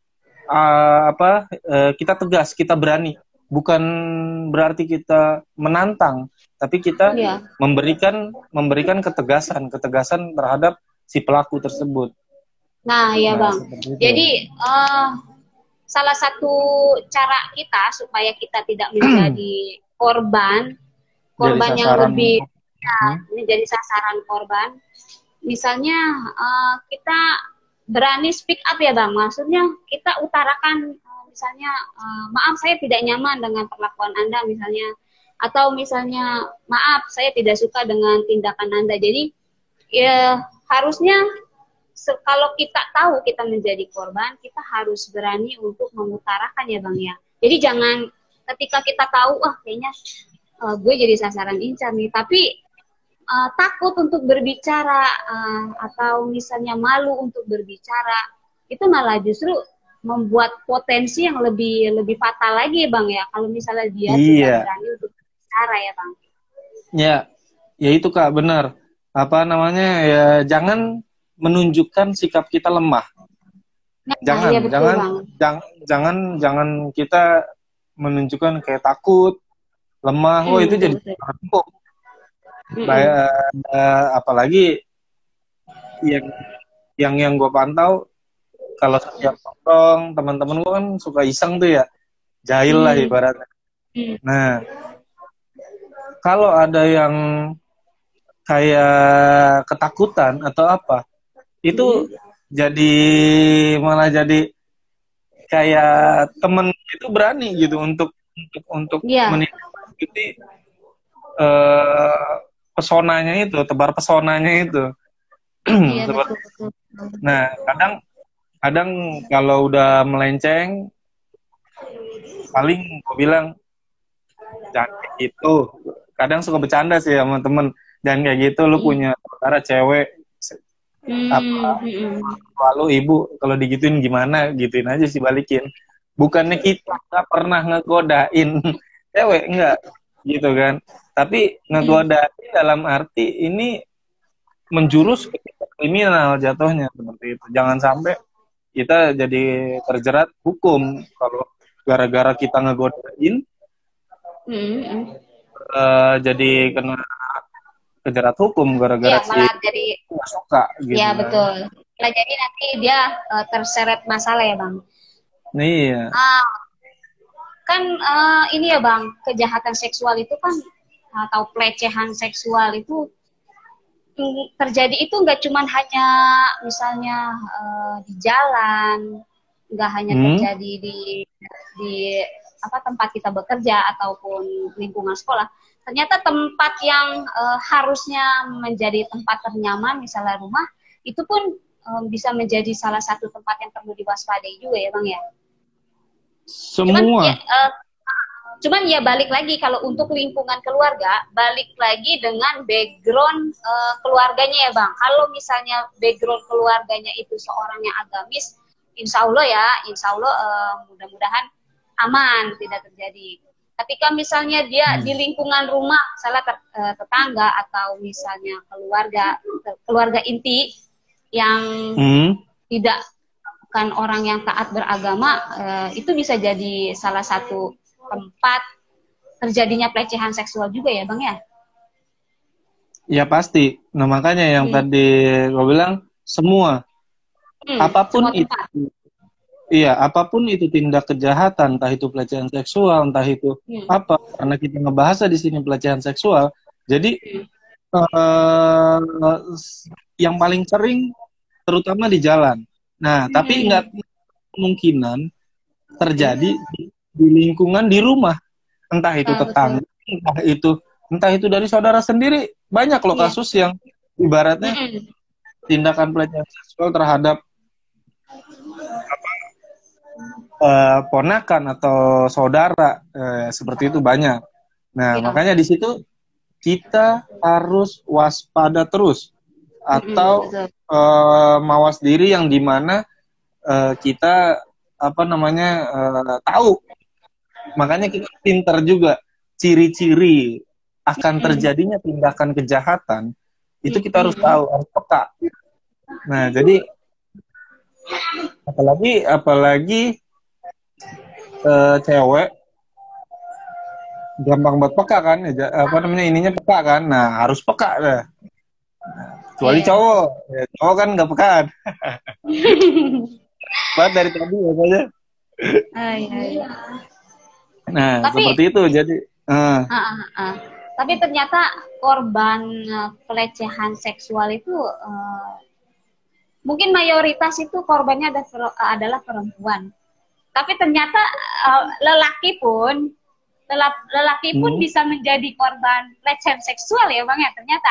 uh, apa uh, kita tegas, kita berani. Bukan berarti kita menantang, tapi kita Iya. memberikan memberikan ketegasan, ketegasan terhadap si pelaku tersebut. Nah, iya Nah, bang. seperti itu. Jadi uh, salah satu cara kita supaya kita tidak menjadi korban, korban Jadi yang sasaran. lebih ya, Hmm? menjadi sasaran korban. Misalnya uh, kita berani speak up ya bang. Maksudnya kita utarakan, uh, misalnya uh, maaf saya tidak nyaman dengan perlakuan Anda misalnya, atau misalnya maaf saya tidak suka dengan tindakan Anda. Jadi ya harusnya kalau kita tahu kita menjadi korban, kita harus berani untuk mengutarakan ya bang ya. Jadi jangan ketika kita tahu, ah kayaknya uh, gue jadi sasaran incar nih, tapi uh, takut untuk berbicara uh, atau misalnya malu untuk berbicara, itu malah justru membuat potensi yang lebih lebih fatal lagi ya bang ya. Kalau misalnya dia Iya. tidak berani untuk berbicara ya bang. Ya, ya itu kak benar. Apa namanya ya jangan menunjukkan sikap kita lemah. Nah, Jangan, ya betul, jangan, bang. jang, jangan, jangan kita menunjukkan kayak takut, lemah. Hmm, Oh itu betul, jadi betul. empuk. Hmm, Baik, uh, apalagi yang yang yang gue pantau kalau setiap nongkrong teman-teman gue kan suka iseng tuh ya, jahil lah hmm. ibaratnya. Hmm. Nah, kalau ada yang kayak ketakutan atau apa, itu Hmm. jadi malah jadi kayak temen itu berani gitu untuk untuk untuk Yeah. menindaklanjuti uh, pesonanya itu, tebar pesonanya itu. Iya, Seperti, betul, betul. nah kadang kadang kalau udah melenceng, paling gue bilang jangan kayak gitu. Kadang suka bercanda sih sama temen, jangan kayak gitu, lu punya saudara cewek Hmm. apa Hmm. lalu ibu kalau digituin gimana, gituin aja sih, balikin. Bukannya kita nggak pernah ngegodain cewek, enggak gitu kan, tapi ngegodain dalam arti ini menjurus ke kriminal jatuhnya, seperti itu. Jangan sampai kita jadi terjerat hukum kalau gara-gara kita ngegodain Hmm. uh, jadi kena kejerat hukum gara-gara Iya, si malah jadi nggak suka gitu. ya kan. betul. Nah, jadi nanti dia uh, terseret masalah ya bang. Iya. Ah, kan uh, ini ya bang, kejahatan seksual itu kan atau pelecehan seksual itu mm, terjadi itu nggak cuman hanya misalnya eh, di jalan, nggak hanya Hmm. terjadi di di apa tempat kita bekerja ataupun lingkungan sekolah. Ternyata tempat yang eh, harusnya menjadi tempat ternyaman, misalnya rumah, itu pun eh, bisa menjadi salah satu tempat yang perlu diwaspadai juga ya Bang ya. Cuman ya, Semua. eh, cuman ya balik lagi kalau untuk lingkungan keluarga, balik lagi dengan background eh, keluarganya ya Bang. Kalau misalnya background keluarganya itu seorang yang agamis, insya Allah ya, insya Allah eh, mudah-mudahan aman, tidak terjadi. Ketika misalnya dia Hmm. di lingkungan rumah, misalnya ter, eh, tetangga atau misalnya keluarga keluarga inti yang Hmm. tidak bukan orang yang taat beragama, eh, itu bisa jadi salah satu tempat terjadinya pelecehan seksual juga ya Bang ya? Ya pasti. Nah makanya yang Hmm. tadi gue bilang semua, Hmm, apapun semua itu, tempat. iya apapun itu tindak kejahatan, entah itu pelecehan seksual, entah itu Hmm. apa, karena kita ngebahas di sini pelecehan seksual, jadi Hmm. eh, yang paling sering terutama di jalan. Nah tapi Hmm. nggak kemungkinan terjadi Hmm. di, di lingkungan di rumah, entah itu Ah, betul. tetangga, entah itu entah itu dari saudara sendiri. Banyak loh Iya. kasus yang ibaratnya Hmm. tindakan pelecehan seksual terhadap eh, ponakan atau saudara eh, seperti itu banyak. Nah, Iya. makanya di situ kita harus waspada terus Hmm. atau Betul. eh, mawas diri yang dimana eh, kita apa namanya eh, tahu. Makanya kita pinter juga ciri-ciri akan Hmm. terjadinya tindakan kejahatan itu kita harus Hmm. tahu, harus peka. Nah, jadi apalagi apalagi eh, cewek gampang buat peka kan, ya, ja- apa namanya ininya peka kan. Nah, harus peka dah. Kecuali Iya. cowok, ya, cowok kan nggak pekaan. Banget dari tadi ya saja. Ah, iya, iya. Nah, Tapi seperti itu. Jadi, eh, ah, ah, ah. Tapi ternyata korban eh, pelecehan seksual itu eh, mungkin mayoritas itu korbannya ada- adalah perempuan. Tapi ternyata eh, lelaki pun lelaki, lelaki pun hmm, bisa menjadi korban pelecehan seksual ya Bang ya ternyata.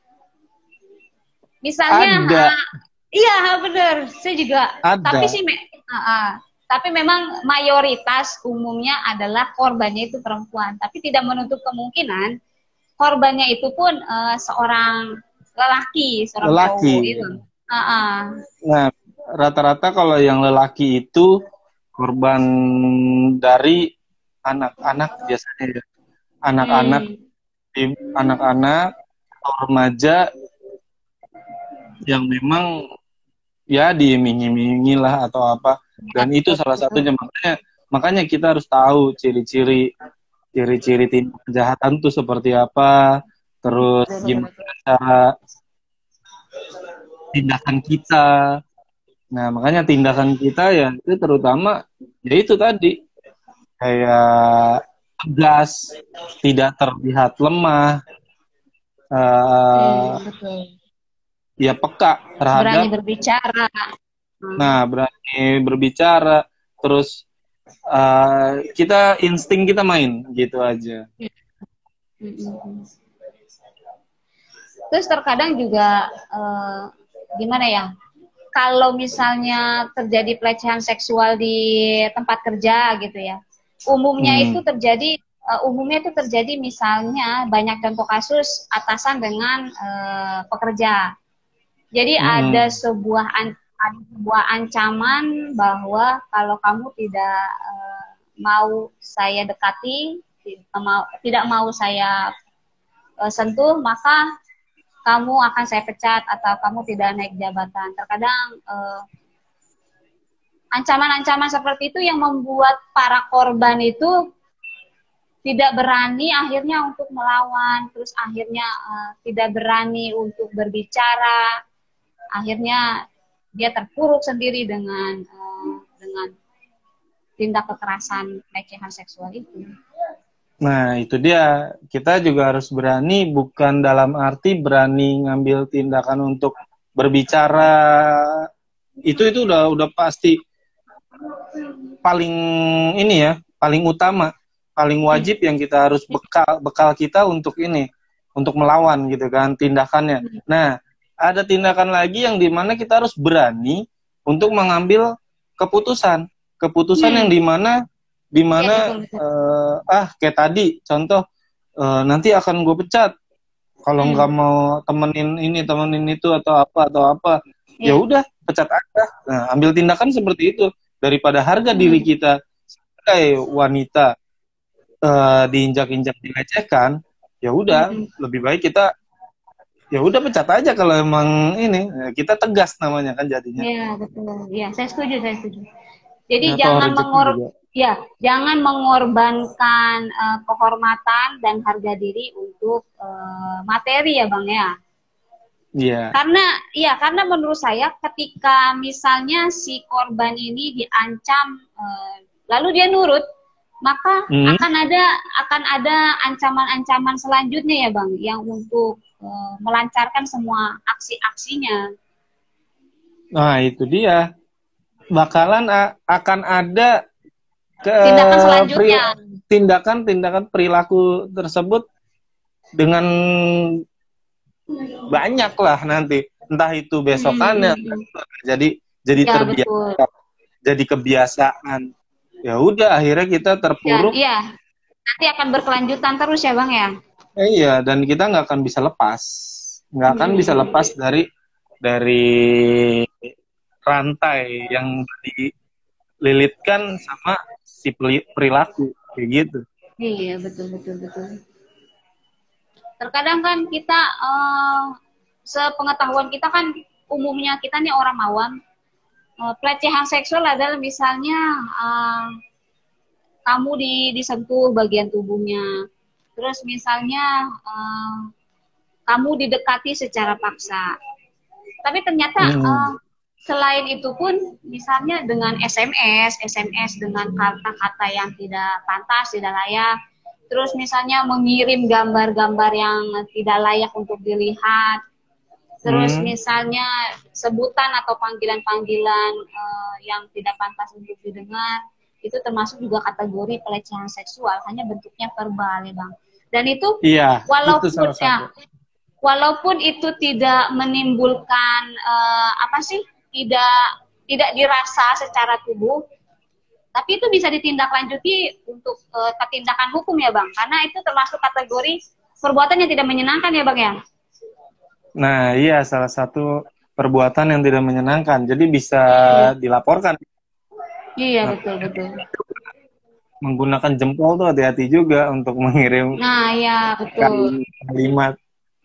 Misalnya ada, uh, iya benar, saya juga. Tapi ada. sih me, uh, uh, tapi memang mayoritas umumnya adalah korbannya itu perempuan. Tapi tidak menutup kemungkinan korbannya itu pun uh, seorang lelaki, seorang Lelaki. cowok itu. Uh, uh. Nah, rata-rata kalau yang lelaki itu korban dari anak-anak biasanya ya. Anak-anak, Hmm. anak-anak atau remaja yang memang ya diiming-imingi lah atau apa, dan itu salah satunya. makanya makanya kita harus tahu ciri-ciri ciri-ciri tindak kejahatan itu seperti apa, terus gimana cara tindakan kita. Nah makanya tindakan kita ya itu terutama ya itu tadi kayak tegas, tidak terlihat lemah, Hmm, uh, betul. ya peka Berani terhadap, berbicara. Hmm. nah berani berbicara, terus uh, kita insting kita main gitu aja. Hmm. Terus terkadang juga eh, gimana ya? Kalau misalnya terjadi pelecehan seksual di tempat kerja gitu ya, umumnya itu Hmm. terjadi uh, umumnya itu terjadi misalnya banyak contoh kasus atasan dengan uh, pekerja. Jadi Hmm. ada sebuah an ada sebuah ancaman bahwa kalau kamu tidak uh, mau saya dekati, tidak mau, tidak mau saya uh, sentuh, maka kamu akan saya pecat atau kamu tidak naik jabatan. Terkadang uh, ancaman-ancaman seperti itu yang membuat para korban itu tidak berani akhirnya untuk melawan, terus akhirnya uh, tidak berani untuk berbicara, akhirnya dia terpuruk sendiri dengan uh, dengan tindak kekerasan pelecehan seksual itu. Nah, itu dia. Kita juga harus berani, bukan dalam arti berani ngambil tindakan untuk berbicara. Itu itu udah udah pasti paling ini ya, paling utama, paling wajib yang kita harus bekal bekal kita untuk ini, untuk melawan gitu kan tindakannya. Nah, ada tindakan lagi yang dimana kita harus berani untuk mengambil keputusan, keputusan Hmm. yang dimana dimana Iya, betul, betul. eh, ah kayak tadi contoh, eh, nanti akan gue pecat kalau Hmm. nggak mau temenin ini temenin itu atau apa atau apa, ya Iya. udah pecat aja. Nah, ambil tindakan seperti itu daripada harga diri Hmm. kita sebagai wanita eh, diinjak-injak, dilecehkan. Ya udah, Hmm. lebih baik kita ya udah pecat aja kalau emang ini. Ya, kita tegas namanya kan jadinya. Iya, betul. Iya, saya setuju, saya setuju. Jadi Ya, toh jangan rezeki mengor juga. ya, jangan mengorbankan eh, kehormatan dan harga diri untuk eh, materi ya, Bang ya. Iya. Karena ya, karena menurut saya ketika misalnya si korban ini diancam eh, lalu dia nurut, maka Hmm. akan ada akan ada ancaman-ancaman selanjutnya ya, Bang, yang untuk eh, melancarkan semua aksi-aksinya. Nah, itu dia. Bakalan a- akan ada ke Tindakan pri- selanjutnya. tindakan-tindakan perilaku tersebut dengan banyak lah nanti, entah itu besokannya, Hmm, hmm, hmm. jadi jadi Ya, betul. terbiasa, jadi kebiasaan. Ya udah, akhirnya kita Dan terpuruk. iya, nanti akan berkelanjutan terus ya, Bang ya. Eh, iya, dan kita nggak akan bisa lepas, nggak akan bisa Hmm. lepas dari dari rantai yang dililitkan sama si peli- perilaku kayak gitu. Iya, betul, betul, betul. Terkadang kan kita, eh, sepengetahuan kita kan, umumnya kita nih orang awam, eh, pelecehan seksual adalah misalnya eh, kamu di, disentuh bagian tubuhnya, terus misalnya eh, kamu didekati secara paksa. Tapi ternyata Hmm. uh, selain itu pun misalnya dengan S M S, S M S dengan kata-kata yang tidak pantas, tidak layak, terus misalnya mengirim gambar-gambar yang tidak layak untuk dilihat, terus Hmm. misalnya sebutan atau panggilan-panggilan uh, yang tidak pantas untuk didengar, itu termasuk juga kategori pelecehan seksual, hanya bentuknya verbal ya Bang. Dan itu Iya, itu walaupun salah satu. ya walaupun itu tidak menimbulkan uh, apa sih tidak tidak dirasa secara tubuh, tapi itu bisa ditindaklanjuti untuk uh, ketindakan hukum ya Bang, karena itu termasuk kategori perbuatan yang tidak menyenangkan ya Bang ya. Nah, iya, salah satu perbuatan yang tidak menyenangkan, jadi bisa Hmm. dilaporkan. Iya, Nah, betul betul. menggunakan jempol tuh hati-hati juga untuk mengirim Nah ya betul. kalimat.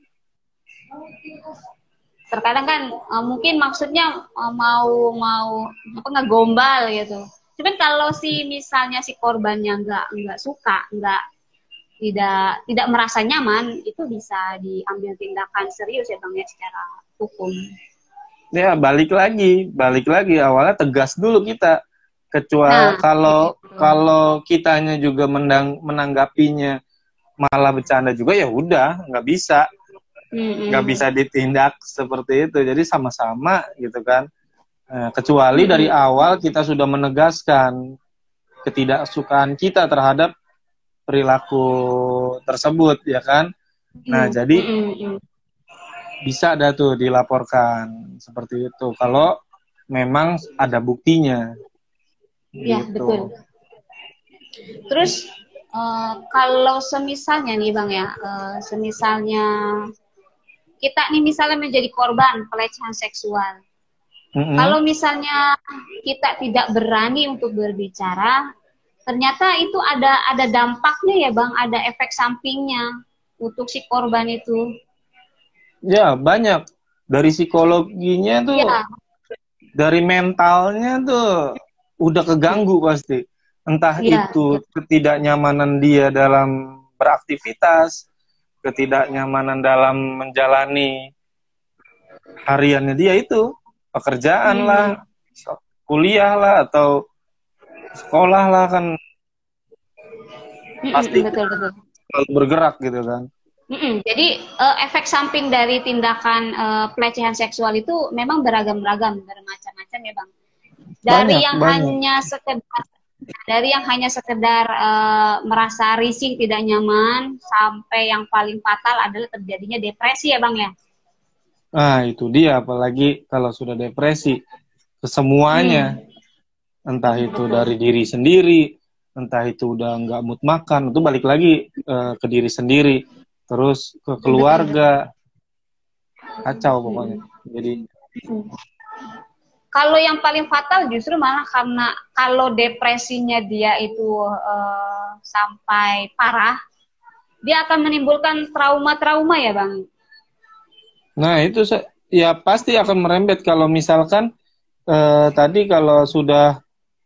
Terkadang kan uh, mungkin maksudnya uh, mau mau apa ngegombal gitu. Cuman kalau si misalnya si korbannya nggak nggak suka, nggak tidak tidak merasa nyaman, itu bisa diambil tindakan serius ya Bang ya secara hukum. Ya, balik lagi, balik lagi awalnya tegas dulu kita. Kecuali Nah, kalau gitu. kalau kitanya juga mendang, menanggapinya malah bercanda juga, ya udah, nggak bisa, nggak Mm-mm. bisa ditindak seperti itu. Jadi sama-sama gitu kan. Nah, kecuali dari Mm-mm. awal kita sudah menegaskan ketidaksukaan kita terhadap perilaku tersebut, ya kan. Nah, Mm-mm. jadi Mm-mm. bisa ada tuh dilaporkan seperti itu kalau memang ada buktinya Ya gitu. betul. Terus uh, kalau semisalnya nih Bang ya, uh, semisalnya kita nih misalnya menjadi korban pelecehan seksual. Mm-mm. Kalau misalnya kita tidak berani untuk berbicara, ternyata itu ada ada dampaknya ya Bang, ada efek sampingnya untuk si korban itu. Ya, banyak dari psikologinya tuh, Ya, dari mentalnya tuh udah keganggu pasti. Entah ya, itu ketidaknyamanan dia dalam beraktivitas, ketidaknyamanan dalam menjalani hariannya dia itu, pekerjaan lah, hmm, kuliah lah, atau sekolah lah kan. Mm-mm, pasti betul betul. selalu bergerak gitu kan. Mm-mm. Jadi eh, efek samping dari tindakan eh, pelecehan seksual itu memang beragam-ragam, bermacam-macam ya Bang. Dari Banyak, yang banyak. hanya sekedar dari yang hanya sekedar eh, merasa risih, tidak nyaman, sampai yang paling fatal adalah terjadinya depresi ya Bang ya. Nah, itu dia, apalagi kalau sudah depresi, kesemuanya, Hmm, entah itu betul. dari diri sendiri, entah itu udah nggak mood makan, itu balik lagi eh, ke diri sendiri, terus ke Betul betul. keluarga, kacau pokoknya. Mm-mm. Jadi, Mm. Kalau yang paling fatal justru malah karena kalau depresinya dia itu eh, sampai parah, dia akan menimbulkan trauma-trauma ya Bang. nah itu se- ya pasti akan merembet kalau misalkan eh, tadi kalau sudah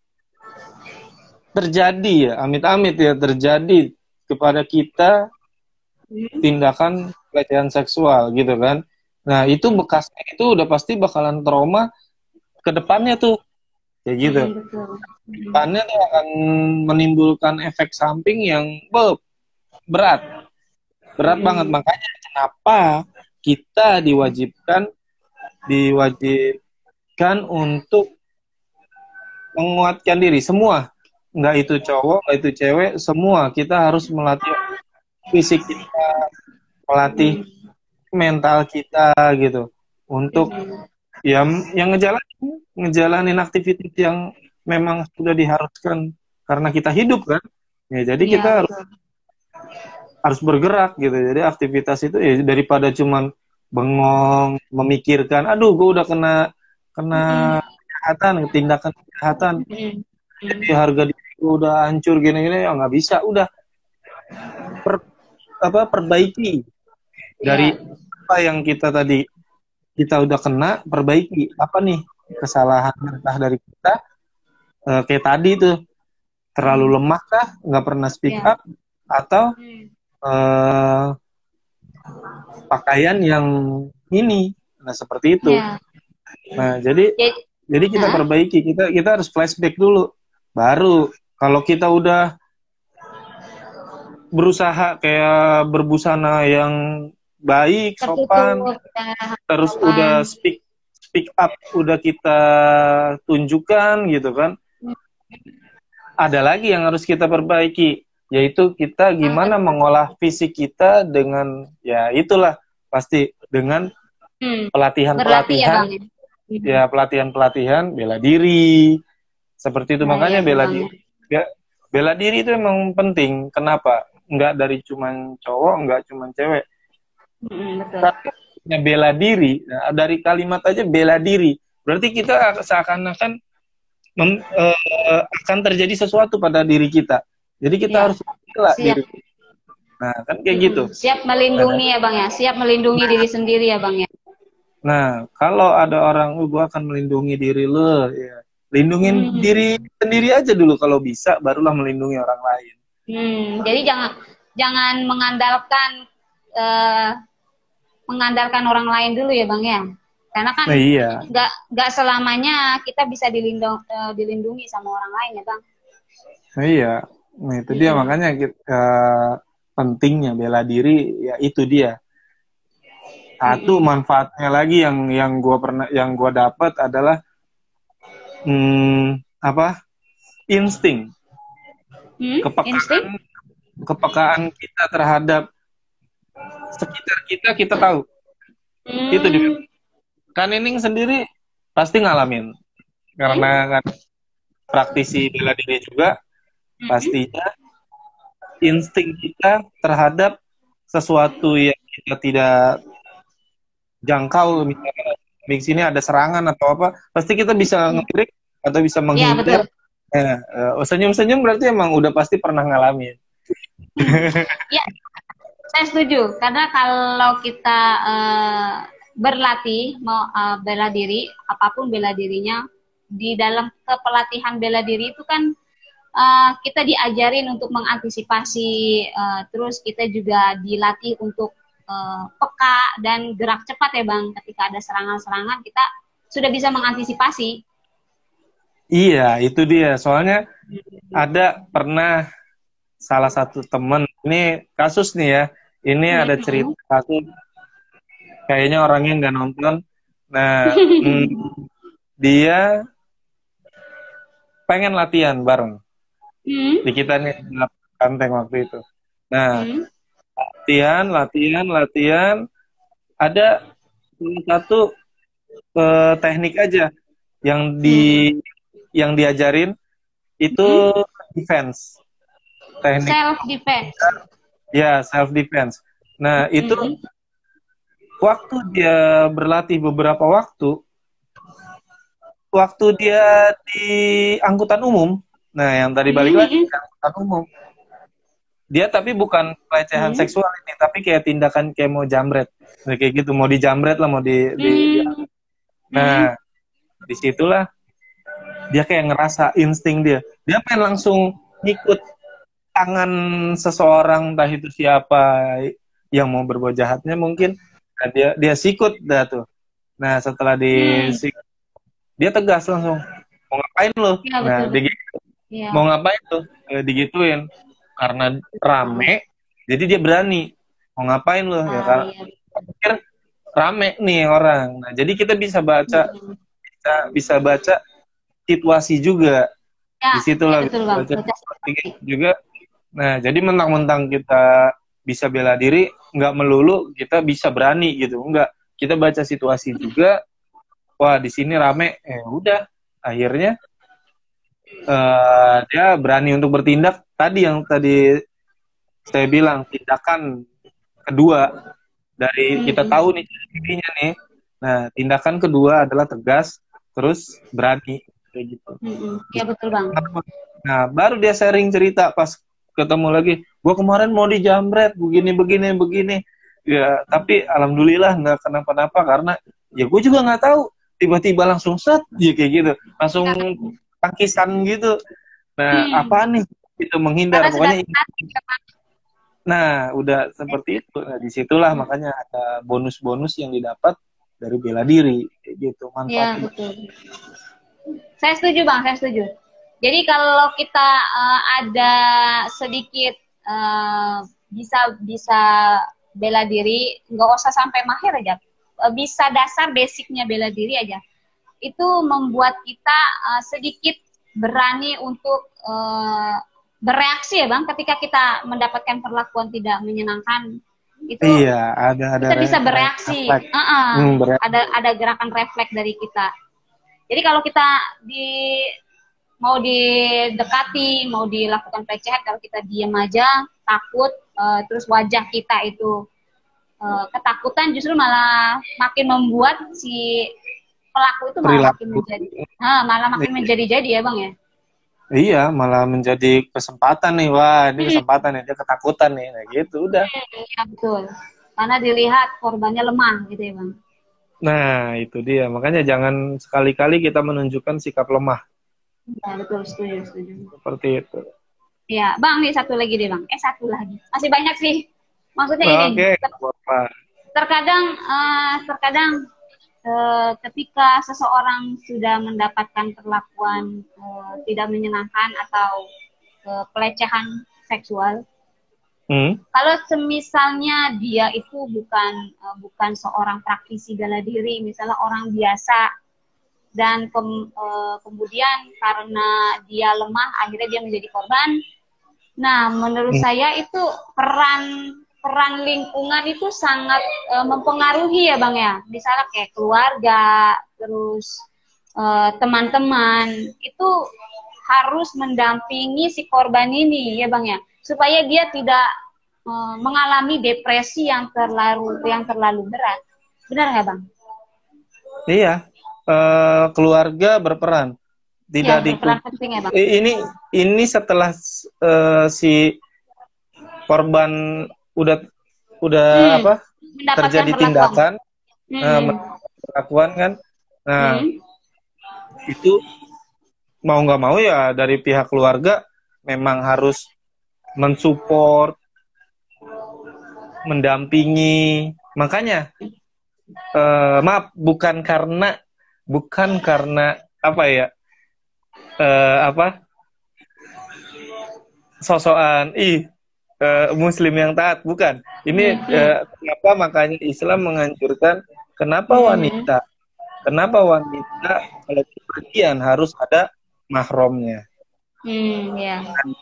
terjadi ya, amit-amit ya terjadi kepada kita Hmm. tindakan pelecehan seksual gitu kan. Nah, itu bekasnya itu udah pasti bakalan trauma ke depannya tuh kayak gitu. Mm-mm, betul. Mm-mm. Depannya tuh akan menimbulkan efek samping yang be- berat, berat banget. Mm-mm. Makanya kenapa kita diwajibkan diwajibkan untuk menguatkan diri semua. Nggak itu cowok, nggak itu cewek, semua kita harus melatih fisik kita, melatih mental kita gitu untuk Mm-mm. ya yang ngejalanin ngejalanin aktivitas yang memang sudah diharuskan karena kita hidup kan ya jadi Iya kita harus betul. harus bergerak gitu jadi aktivitas itu ya daripada cuman bengong memikirkan aduh gue udah kena kena Mm-mm. kejahatan tindakan kejahatan Mm-mm. jadi Mm. harga diri gue udah hancur gini-gini ya nggak bisa udah per, apa perbaiki dari Iya. apa yang kita tadi kita udah kena perbaiki apa nih kesalahan entah dari kita eh, kayak tadi tuh terlalu Mm. lemah kah nggak pernah speak Iya. up atau Mm. eh, pakaian yang ini nah seperti itu Iya. nah jadi Jadi, jadi kita nah, perbaiki kita kita harus flashback dulu baru kalau kita udah berusaha kayak berbusana yang baik sopan tertutup ya, terus sopan. udah speak speak up udah kita tunjukkan gitu kan ada lagi yang harus kita perbaiki, yaitu kita Apa gimana tuh? mengolah fisik kita dengan, ya itulah, pasti dengan Hmm, berlatih ya pelatihan-pelatihan, Bang ya. Hmm. ya pelatihan-pelatihan bela diri, seperti itu. Nah, ya Makanya tuh bela Bang ya. diri, ya, bela diri itu emang penting. Kenapa? Enggak dari cuman cowok, enggak cuman cewek. Hmm, betul. Tapi bela diri, nah, dari kalimat aja bela diri, berarti kita seakan-akan mem, eh, akan terjadi sesuatu pada diri kita. Jadi kita Ya, harus bela siap. diri. Nah, kan kayak gitu. Mm-mm. Siap Nah, melindungi ya Bang ya. Siap melindungi diri sendiri ya Bang ya. nah kalau ada orang, oh, gue akan melindungi diri lo, ya. Lindungin Hmm. diri sendiri aja dulu kalau bisa, barulah melindungi orang lain. Hmm. Jadi jangan jangan mengandalkan eh, mengandalkan orang lain dulu ya Bang ya. Karena kan Nah, iya, nggak nggak selamanya kita bisa dilindung, eh, dilindungi sama orang lain ya Bang. nah, iya. Nah, itu dia Mm-mm. makanya kita, eh, pentingnya bela diri, ya itu dia. Satu Mm-mm. manfaatnya lagi yang yang gua pernah yang gua dapat adalah hmm, apa? Insting, Hmm? kepekaan, Insting? kepekaan kita terhadap sekitar kita kita tahu. Itu dia. Hmm. Kan Nining sendiri pasti ngalamin Hmm? karena kan praktisi bela diri juga Hmm? pastinya insting kita terhadap sesuatu yang kita tidak jangkau misalnya di sini ada serangan atau apa pasti kita bisa nge-break atau bisa Ya menghindar. betul. Nah, uh, senyum-senyum berarti emang udah pasti pernah ngalamin. Hmm. Ya, saya setuju. Karena kalau kita eh, berlatih mau eh, bela diri, apapun bela dirinya, di dalam kepelatihan bela diri itu kan eh, kita diajarin untuk mengantisipasi, eh, terus kita juga dilatih untuk eh, peka dan gerak cepat ya Bang. Ketika ada serangan-serangan kita sudah bisa mengantisipasi. Iya, itu dia. Soalnya ada pernah salah satu temen, ini kasus nih ya, ini ada cerita kasus, kayaknya orangnya nggak nonton. Nah, mm, dia pengen latihan bareng Hmm. di kita nih di Kanteng waktu itu. Nah, Hmm. latihan, latihan, latihan. Ada salah satu eh, teknik aja yang di Hmm. yang diajarin itu Hmm. defense, teknik Self defense. ya self defense. Nah, itu Hmm. waktu dia berlatih beberapa waktu, waktu dia di angkutan umum. Nah, yang tadi balik lagi Hmm. ke angkutan umum. Dia tapi bukan pelecehan Hmm. seksual ini, tapi kayak tindakan kayak mau jambret. Nah, kayak gitu, mau dijambret lah, mau di, di, di. Hmm. Nah, disitulah dia kayak ngerasa insting dia. Dia pengen langsung ngikut tangan seseorang, entah itu siapa yang mau berbuat jahatnya mungkin. Nah, dia dia sikut dah tuh. Nah, setelah di Hmm. dia tegas langsung, mau ngapain lo? Ya, Nah, betul, dia betul. Ya. mau ngapain tuh? Eh, digituin. Karena rame, jadi dia berani. Mau ngapain lo? Ya Ah, karena iya. pikir rame nih orang. Nah, jadi kita bisa baca, Hmm. bisa, bisa baca situasi juga. Ya, ya Disitulah betul bisa bang. baca Baca situasi situasi. juga. Nah, jadi mentang-mentang kita bisa bela diri, nggak melulu kita bisa berani gitu. Nggak. Kita baca situasi juga. Wah, di sini rame. Eh, udah. Akhirnya uh, dia berani untuk bertindak. Tadi yang tadi saya bilang, tindakan kedua dari kita Hmm. tahu nih intinya nih. Nah, tindakan kedua adalah tegas, terus berani kayak gitu. Hmm. Ya betul bang. Nah, baru dia sharing cerita pas ketemu lagi. Gue kemarin mau dijamret, begini, begini, begini. Ya, tapi alhamdulillah nggak kenapa-napa karena ya gue juga nggak tahu. Tiba-tiba langsung set, ya kayak gitu. Langsung tangkisan gitu. Nah, Hmm. apaan nih? Itu menghindar. Karena sudah Pokoknya, terlatih ya, Bang. nah, udah seperti itu. Nah, disitulah Hmm. makanya ada bonus-bonus yang didapat dari bela diri. Kayak gitu, Ya manfaatnya. betul. Saya setuju bang, saya setuju. Jadi kalau kita uh, ada sedikit uh, bisa bisa bela diri, nggak usah sampai mahir aja. Uh, bisa dasar basicnya bela diri aja. Itu membuat kita uh, sedikit berani untuk uh, bereaksi ya bang. Ketika kita mendapatkan perlakuan tidak menyenangkan, itu Iya, ada ada kita re, bisa re, bereaksi. refleks. Uh-uh. Hmm, bereaksi. Ada ada gerakan refleks dari kita. Jadi kalau kita di mau didekati, mau dilakukan pelecehan, kalau kita diam aja, takut, uh, terus wajah kita itu uh, ketakutan, justru malah makin membuat si pelaku itu malah makin Perilaku. menjadi, uh, malah makin menjadi-jadi ya bang ya. Iya, malah menjadi kesempatan nih. Wah, ini kesempatan nih. Dia ketakutan nih. Nah, gitu, udah. Iya betul. Karena dilihat korbannya lemah gitu ya bang. Nah, itu dia. Makanya jangan sekali-kali kita menunjukkan sikap lemah. Iya betul, setuju, setuju. Seperti itu. Ya, bang, nih satu lagi deh bang. Eh satu lagi. Masih banyak sih. Maksudnya ini. Oke, nggak apa-apa. Terkadang, uh, terkadang uh, ketika seseorang sudah mendapatkan perlakuan uh, tidak menyenangkan atau uh, pelecehan seksual, Hmm? kalau semisalnya dia itu bukan uh, bukan seorang praktisi bela diri, misalnya orang biasa, dan ke, uh, kemudian karena dia lemah, akhirnya dia menjadi korban. Nah, menurut Hmm. saya itu peran peran lingkungan itu sangat uh, mempengaruhi ya bang ya. Misalnya kayak keluarga, terus uh, teman-teman itu harus mendampingi si korban ini ya bang ya, supaya dia tidak uh, mengalami depresi yang terlalu yang terlalu berat. Benar nggak bang? Iya, uh, keluarga berperan. Tidak Ya, dikut. berperan penting ya bang. Ini ini setelah uh, si korban udah udah Hmm, apa mendapatkan terjadi perlakuan. tindakan, nah, Hmm. perlakuan kan. Nah, Hmm. itu mau nggak mau ya dari pihak keluarga memang harus mensupport, mendampingi. Makanya eh, maaf bukan karena bukan karena apa ya eh, apa sosokan ih eh, muslim yang taat, bukan. Ini Hmm. eh, kenapa makanya Islam menganjurkan kenapa Hmm. wanita kenapa wanita kalau kepergian harus ada mahramnya. Hmm, ya.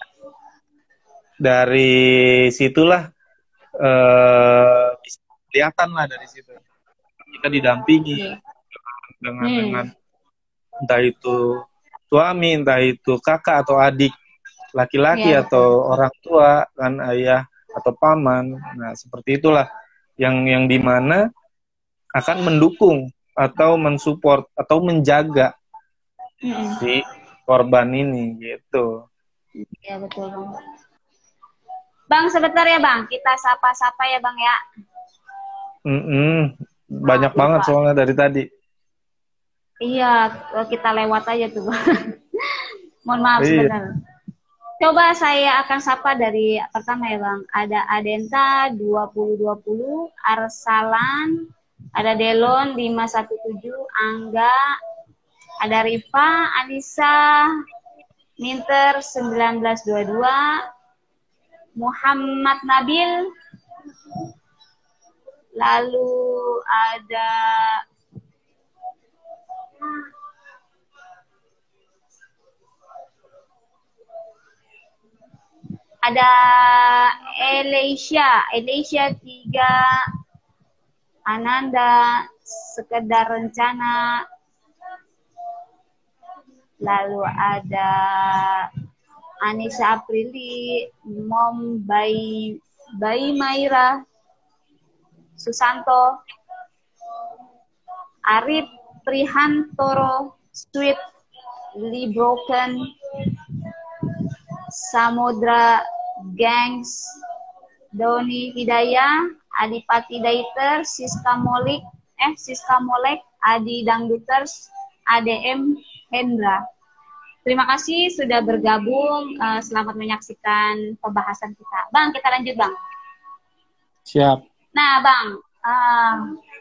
Dari situlah eh, bisa kelihatan lah dari situ kita didampingi Iya. dengan Hmm. dengan entah itu suami, entah itu kakak atau adik, laki-laki Iya, betul. atau orang tua, kan ayah atau paman. Nah, seperti itulah yang yang dimana akan mendukung atau mensupport atau menjaga Hmm. si korban ini gitu. Iya, betul, Bang. Bang, sebentar ya, Bang. Kita sapa-sapa ya, Bang ya. Mm-mm. Banyak Maaf, banget lupa. soalnya dari tadi. Iya, kita lewat aja tuh, Bang. Mohon maaf Iya. sebentar. Coba saya akan sapa dari pertama ya, Bang. Ada Adenta dua nol dua nol, Arsalan, ada Delon lima satu tujuh, Angga, ada Rifa, Anissa, Minter seribu sembilan ratus dua puluh dua, Muhammad Nabil, lalu ada ada Elisha, Elisha tiga, Ananda, sekedar rencana, lalu ada Anissa Aprili, Mom Bayi Bayi Maira, Susanto, Arif Prihantoro, Sweet Lee Broken, Samudra Gangs, Doni Hidayah, Adipati Daiter, Siska Molik, eh Siska Molek, Adi Dangduters, A D M Hendra. Terima kasih sudah bergabung. Uh, selamat menyaksikan pembahasan kita. Bang, kita lanjut, Bang. Siap. Nah, Bang, uh,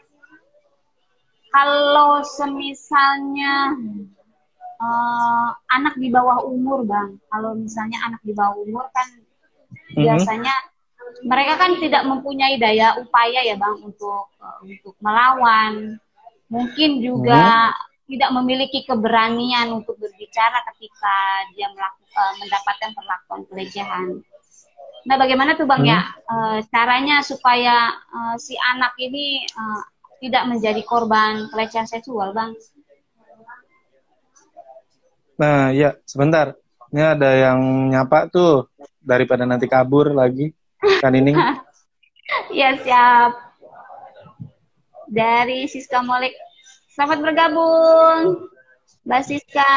kalau semisalnya uh, anak di bawah umur, Bang, kalau misalnya anak di bawah umur kan mm-hmm. biasanya mereka kan tidak mempunyai daya upaya ya, Bang, untuk uh, untuk melawan. Mungkin juga mm-hmm. tidak memiliki keberanian untuk berbicara ketika dia melakukan, uh, mendapatkan perlakuan pelecehan. Nah, bagaimana tuh, Bang, hmm. ya uh, caranya supaya uh, si anak ini uh, tidak menjadi korban pelecehan seksual, Bang? Nah, ya, sebentar. Ini ada yang nyapa tuh, daripada nanti kabur lagi. Kan ini. Ya, siap. Dari Siska Molek. Selamat bergabung, Mbak Siska.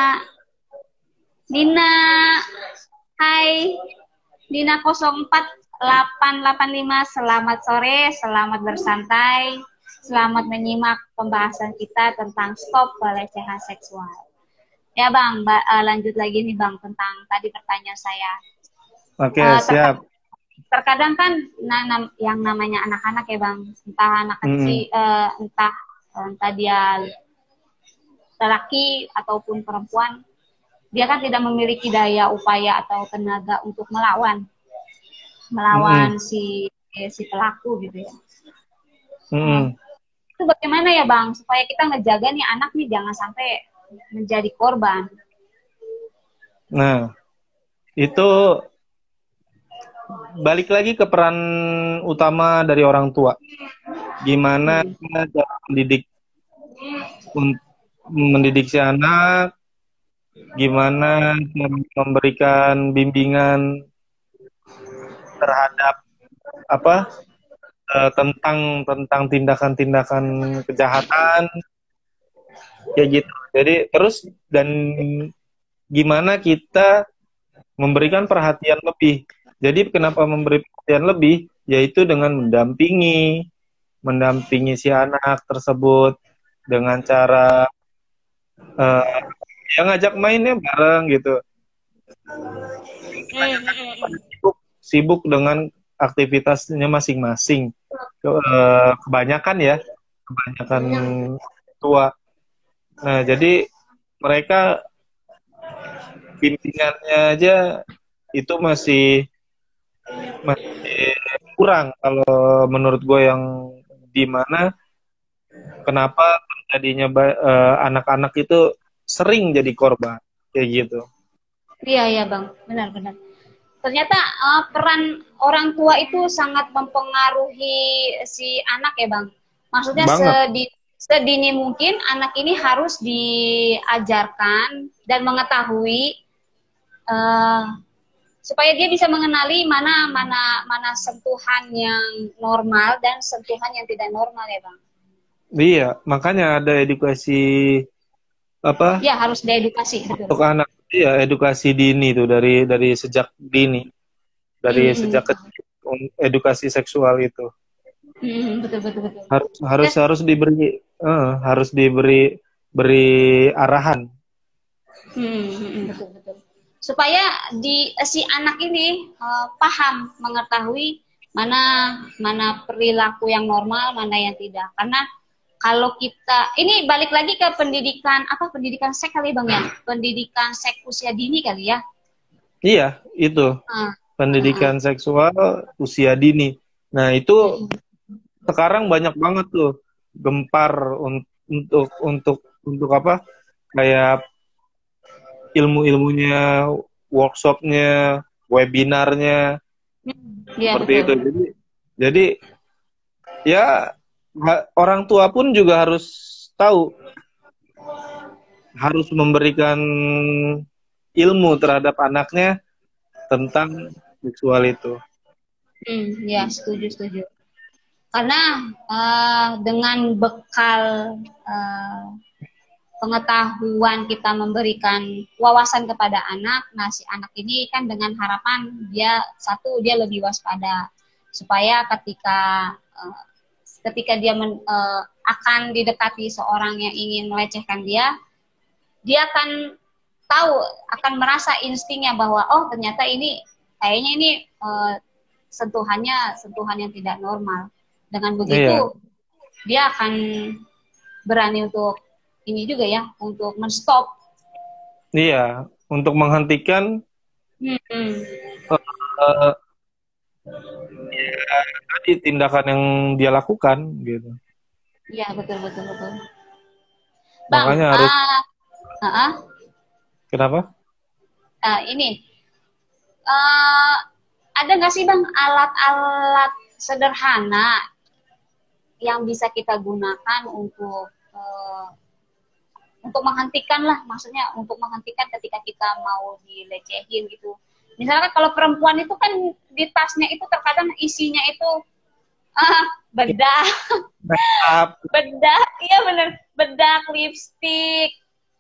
Dina, hai. Dina nol empat delapan delapan lima, selamat sore, selamat bersantai, selamat menyimak pembahasan kita tentang stop pelecehan seksual. Ya, Bang, ba uh, lanjut lagi nih, Bang, tentang tadi pertanyaan saya. Oke, uh, siap. Terkadang kan nah, nam yang namanya anak-anak ya, Bang, entah anak kecil, hmm. uh, entah entah dia lelaki ataupun perempuan, dia kan tidak memiliki daya upaya atau tenaga untuk melawan melawan hmm. si si pelaku gitu ya. Hmm. Itu bagaimana ya, Bang, supaya kita ngejaga nih anak nih jangan sampai menjadi korban. Nah, itu balik lagi ke peran utama dari orang tua. Gimana hmm. kita mendidik mendidik si anak, gimana memberikan bimbingan terhadap apa uh, tentang tentang tindakan-tindakan kejahatan kayak gitu. Jadi terus dan gimana kita memberikan perhatian lebih. Jadi kenapa memberi perhatian lebih? Yaitu dengan mendampingi mendampingi si anak tersebut dengan cara uh, yang ngajak mainnya bareng gitu. Sibuk, sibuk dengan aktivitasnya masing-masing. Kebanyakan ya, kebanyakan tua. Nah, jadi mereka bimbingannya aja itu masih masih kurang kalau menurut gue, yang di mana kenapa terjadinya ba- eh, anak-anak itu sering jadi korban kayak gitu. Iya, iya Bang, benar-benar. Ternyata uh, peran orang tua itu sangat mempengaruhi si anak ya Bang. Maksudnya Banget. sedi, sedini mungkin anak ini harus diajarkan dan mengetahui uh, supaya dia bisa mengenali mana mana mana sentuhan yang normal dan sentuhan yang tidak normal ya Bang. Iya, makanya ada edukasi apa Ya harus diedukasi betul. untuk anak. Iya, edukasi dini tuh dari dari sejak dini, dari Mm-hmm. sejak kecil, edukasi seksual itu Mm-hmm. Betul betul betul. harus harus Dan, harus diberi eh, harus diberi beri arahan. hmm, betul betul. Supaya di si anak ini uh, paham mengetahui mana mana perilaku yang normal, mana yang tidak. Karena kalau kita ini balik lagi ke pendidikan apa pendidikan seks kali Bang ya, pendidikan seks usia dini kali ya. Iya, itu Uh, pendidikan uh, seksual usia dini. Nah, itu uh. sekarang banyak banget tuh gempar un- untuk untuk untuk apa? Kayak ilmu-ilmunya, workshopnya, webinarnya, Ya seperti betul. itu. Jadi, jadi ya ha- orang tua pun juga harus tahu, harus memberikan ilmu terhadap anaknya tentang seksual itu. Hmm, ya setuju setuju. Karena uh, dengan bekal uh, pengetahuan kita memberikan wawasan kepada anak, nah si anak ini kan dengan harapan dia satu dia lebih waspada supaya ketika uh, ketika dia men, uh, akan didekati seorang yang ingin melecehkan dia, dia akan tahu, akan merasa instingnya bahwa oh ternyata ini kayaknya ini uh, sentuhannya sentuhan yang tidak normal. Dengan begitu Iya, dia akan berani untuk ini juga ya, untuk menstop. iya, untuk menghentikan Hmm. uh, tadi tindakan yang dia lakukan gitu. Iya betul betul betul. Bang, Makanya harus ah, uh, uh, kenapa? uh, ini uh, ada nggak sih Bang alat-alat sederhana yang bisa kita gunakan untuk uh, untuk menghentikan lah, maksudnya untuk menghentikan ketika kita mau dilecehin gitu. Misalkan kalau perempuan itu kan di tasnya itu terkadang isinya itu ah, bedak, Backup. bedak, iya bener, bedak, lipstik,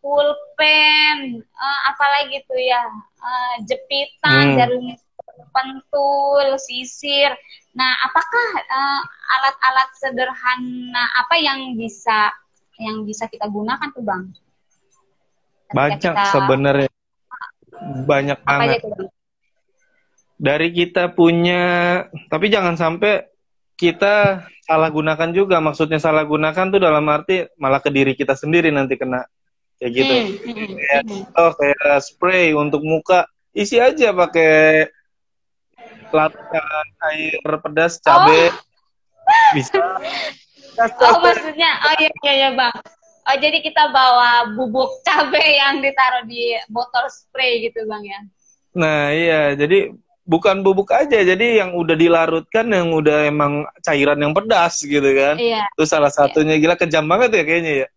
pulpen, uh, apalagi tuh ya, uh, jepitan, Hmm. jarum pentul, sisir. Nah, apakah uh, alat-alat sederhana apa yang bisa yang bisa kita gunakan tuh Bang? Ketika Banyak kita sebenarnya, banyak apa aja banget. tuh Bang? Dari kita punya, tapi jangan sampai kita salah gunakan juga. Maksudnya salah gunakan tuh dalam arti malah ke diri kita sendiri nanti kena kayak gitu. Hmm, hmm, Kayak, hmm. oh, kayak spray untuk muka, isi aja pakai larutan air pedas cabe, Oh, bisa. oh maksudnya, oh iya iya ya Bang. Oh jadi kita bawa bubuk cabai yang ditaruh di botol spray gitu Bang ya? Nah iya, jadi bukan bubuk aja, jadi yang udah dilarutkan, yang udah emang cairan yang pedas gitu kan. Iya. Itu salah satunya, gila kejam banget ya kayaknya ya.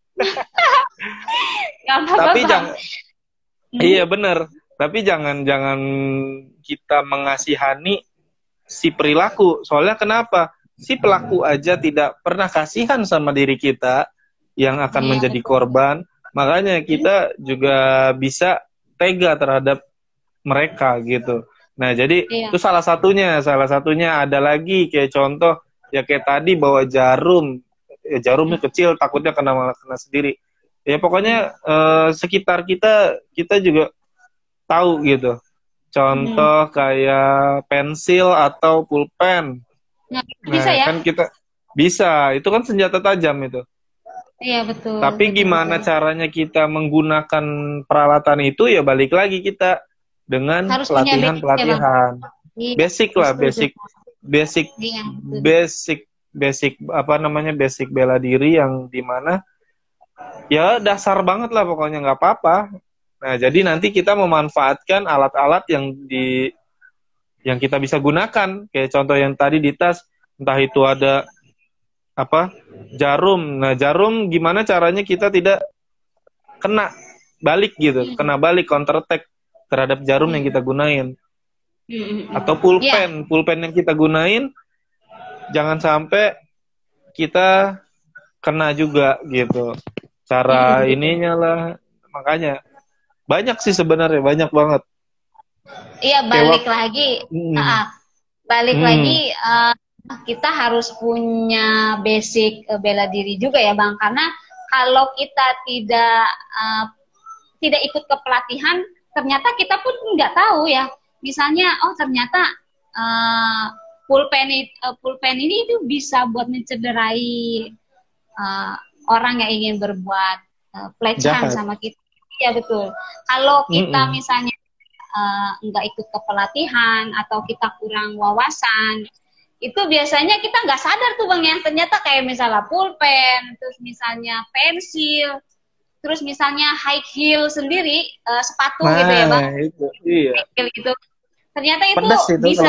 Gak apa-apa Tapi Bang. jangan, Hmm. iya bener. Tapi jangan jangan kita mengasihani si perilaku. Soalnya kenapa? Si pelaku aja tidak pernah kasihan sama diri kita yang akan Iya, menjadi betul. korban. Makanya kita juga bisa tega terhadap mereka gitu. Nah, jadi Iya. itu salah satunya. Salah satunya ada lagi kayak contoh ya kayak tadi bawa jarum. Ya, jarumnya kecil takutnya kena malah kena sendiri. Ya pokoknya eh, sekitar kita kita juga tahu gitu. Contoh kayak pensil atau pulpen. Nah, Nah, bisa ya? kan kita bisa. Itu kan senjata tajam itu. Iya betul. Tapi betul, gimana betul. caranya kita menggunakan peralatan itu ya balik lagi kita dengan Harus punya basic ya, Bang. pelatihan-pelatihan. Iya, Basic lah, setuju. basic basic Iya, betul. basic basic apa namanya basic bela diri yang dimana ya dasar banget lah pokoknya, nggak apa-apa. Nah, jadi nanti kita memanfaatkan alat-alat yang di yang kita bisa gunakan, kayak contoh yang tadi di tas, entah itu ada apa jarum. Nah, jarum gimana caranya kita tidak kena balik gitu, kena balik counter attack terhadap jarum yang kita gunain. Atau pulpen, yeah. pulpen yang kita gunain jangan sampai kita kena juga gitu. Cara ininya lah, makanya banyak sih sebenarnya, banyak banget. Iya, balik Kayak, lagi, hmm. uh, balik hmm. lagi uh, kita harus punya basic uh, bela diri juga ya, Bang, karena kalau kita tidak uh, tidak ikut ke pelatihan, ternyata kita pun nggak tahu ya. Misalnya, oh ternyata uh, pulpen, uh, pulpen ini itu bisa buat mencederai uh, orang yang ingin berbuat uh, pelecehan Jahat. sama kita. Iya betul. Kalau kita mm-mm. misalnya uh, nggak ikut ke pelatihan atau kita kurang wawasan, itu biasanya kita nggak sadar tuh Bang ya. Ternyata kayak misalnya pulpen, terus misalnya pensil, terus misalnya high heel sendiri, uh, sepatu nah, gitu ya Bang. Itu, iya. High heel gitu. Ternyata itu, itu bisa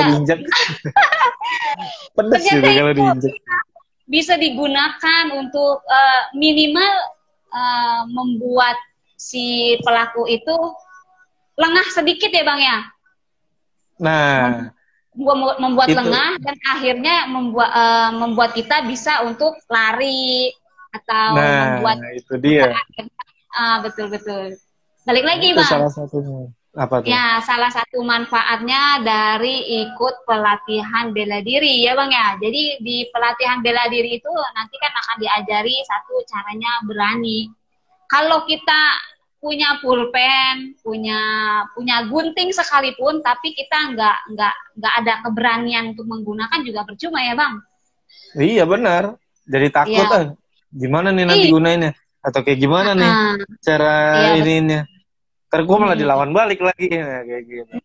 pedas itu kalau diinjek. Bisa digunakan untuk uh, minimal uh, membuat si pelaku itu lengah sedikit ya Bang ya. Nah, membuat, membuat lengah dan akhirnya membuat uh, membuat kita bisa untuk lari atau nah, membuat itu dia. Uh, betul betul. Balik lagi itu Bang. Salah satunya. Apa tuh? Ya, salah satu manfaatnya dari ikut pelatihan bela diri ya Bang ya. Jadi di pelatihan bela diri itu nanti kan akan diajari satu caranya berani. Kalau kita punya pulpen, punya punya gunting sekalipun, tapi kita nggak nggak nggak ada keberanian untuk menggunakan juga percuma ya Bang. Iya benar. Jadi takut ya. ah. Gimana nih nanti Ih. gunainnya? Atau kayak gimana nih uh, cara iya, ininya? Ntar gue malah dilawan balik lagi nah, kayak gitu.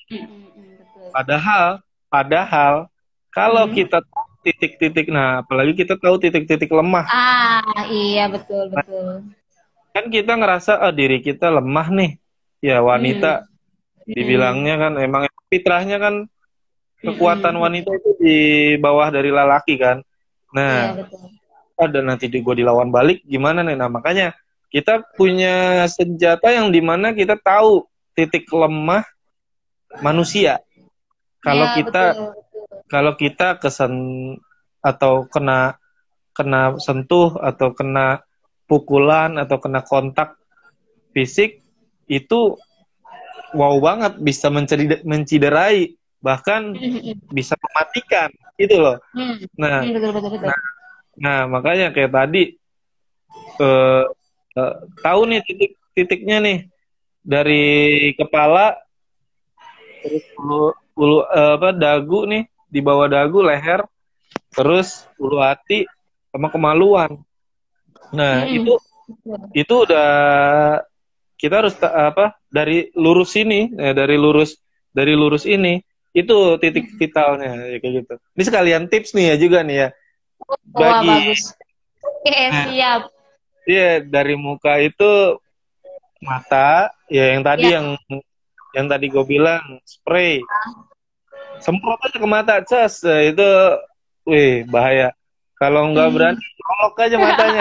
Padahal, padahal kalau hmm. kita tahu titik-titik, nah apalagi kita tahu titik-titik lemah. Ah, iya betul betul. Kan kita ngerasa ah diri kita lemah nih, ya wanita. Hmm. Dibilangnya kan emang fitrahnya kan kekuatan hmm. wanita itu di bawah dari lelaki kan. Nah, iya, betul. Ada nanti gue dilawan balik gimana nih? Nah makanya kita punya senjata yang dimana kita tahu titik lemah manusia. Kalau ya, kita betul, betul. kalau kita kesen atau kena kena sentuh atau kena pukulan atau kena kontak fisik itu wow banget, bisa menciderai bahkan bisa mematikan gitu loh. Nah, betul, betul, betul. nah, nah makanya kayak tadi eh, Uh, tahu nih titik-titiknya nih dari kepala terus ulu, ulu uh, apa dagu nih di bawah dagu leher terus ulu hati sama kemaluan. Nah hmm. itu itu udah kita harus apa dari lurus ini ya, dari lurus dari lurus ini itu titik vitalnya ya, kayak gitu. Ini sekalian tips nih ya juga nih ya bagi. Wah, bagus. Oke nah, siap. Iya, dari muka itu mata, ya yang tadi ya. yang yang tadi gue bilang spray, semprot aja ke mata, cas, itu, wih bahaya. Kalau nggak berani, colok aja matanya.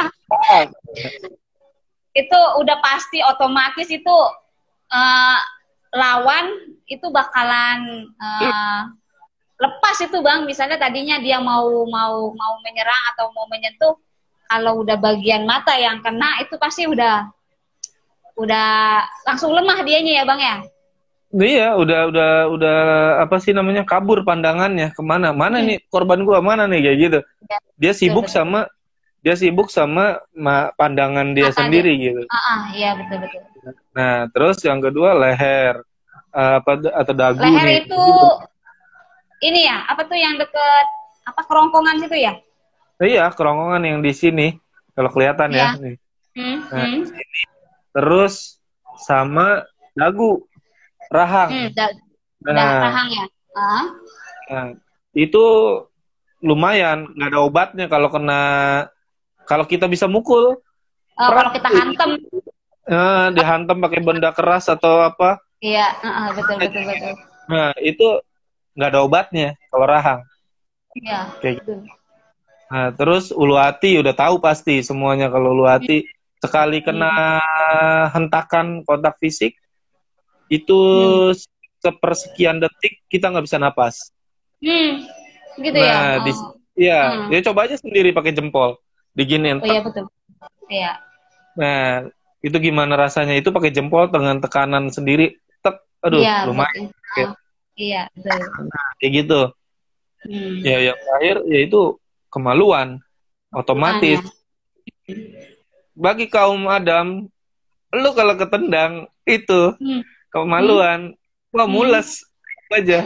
Itu udah pasti otomatis itu uh, lawan itu bakalan uh, lepas itu Bang. Misalnya tadinya dia mau mau mau menyerang atau mau menyentuh. Kalau udah bagian mata yang kena itu pasti udah udah langsung lemah dianya ya Bang ya. Iya, udah udah udah apa sih namanya kabur pandangannya kemana mana hmm. nih korban gua mana nih kayak gitu. Ya, dia sibuk betul, sama betul. dia sibuk sama ma, pandangan dia mata sendiri dia. gitu. Ah, ah, iya betul betul. Nah terus yang kedua leher uh, apa atau dagu leher nih. itu ini ya apa tuh yang deket apa kerongkongan situ ya? Iya, kerongkongan yang di sini kalau kelihatan ya. ya nih. Hmm, nah, hmm. Sini. Terus sama dagu. rahang. Hmm, da- da- Nah, rahang ya. Ah. nah, itu lumayan, nggak ada obatnya kalau kena, kalau kita bisa mukul, Oh, prak, kalau kita hantem, eh, dihantam pakai benda keras atau apa, iya, ah, ah, betul betul betul. nah itu nggak ada obatnya kalau rahang. Iya, Kayak gitu. betul. Nah, terus ulu hati udah tahu pasti semuanya kalau ulu hati sekali kena hentakan kontak fisik itu Hmm. sepersekian detik kita nggak bisa napas. Hmm, gitu ya. Nah, di Oh, ya, hmm. ya coba aja sendiri pakai jempol, diginiin. Oh Tek. iya betul. Iya. Nah, itu gimana rasanya? Itu pakai jempol dengan tekanan sendiri, tek, aduh, Iya, lumayan. betul. Ah, iya, betul. Kayak gitu. Hmm. Ya, yang terakhir yaitu kemaluan, Bukan ya. otomatis. Bagi kaum Adam, lu kalau ketendang itu Hmm. Hmm. kemaluan, wah Hmm. mules aja.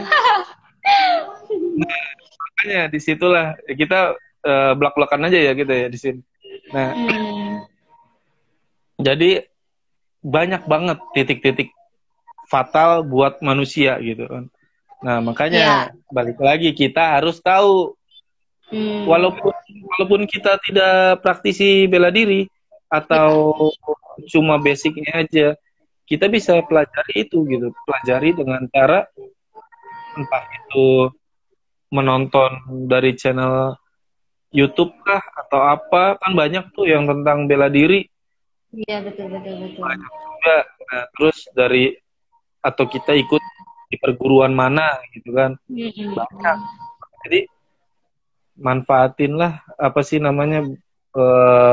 Makanya disitulah kita uh, belak-belakan aja ya gitu ya di sini. Nah, Hmm. jadi banyak banget titik-titik fatal buat manusia gitu kan. Nah, Iya. makanya balik lagi kita harus tahu Hmm. walaupun walaupun kita tidak praktisi bela diri Iya. atau cuma basicnya aja, kita bisa pelajari itu gitu. Pelajari dengan cara entah itu menonton dari channel YouTube kah atau apa, kan banyak tuh yang tentang bela diri. Iya, betul betul betul. Banyak juga. Nah, terus dari atau kita ikut di perguruan mana gitu kan. Hmm. Banyak. Jadi manfaatin lah apa sih namanya eh,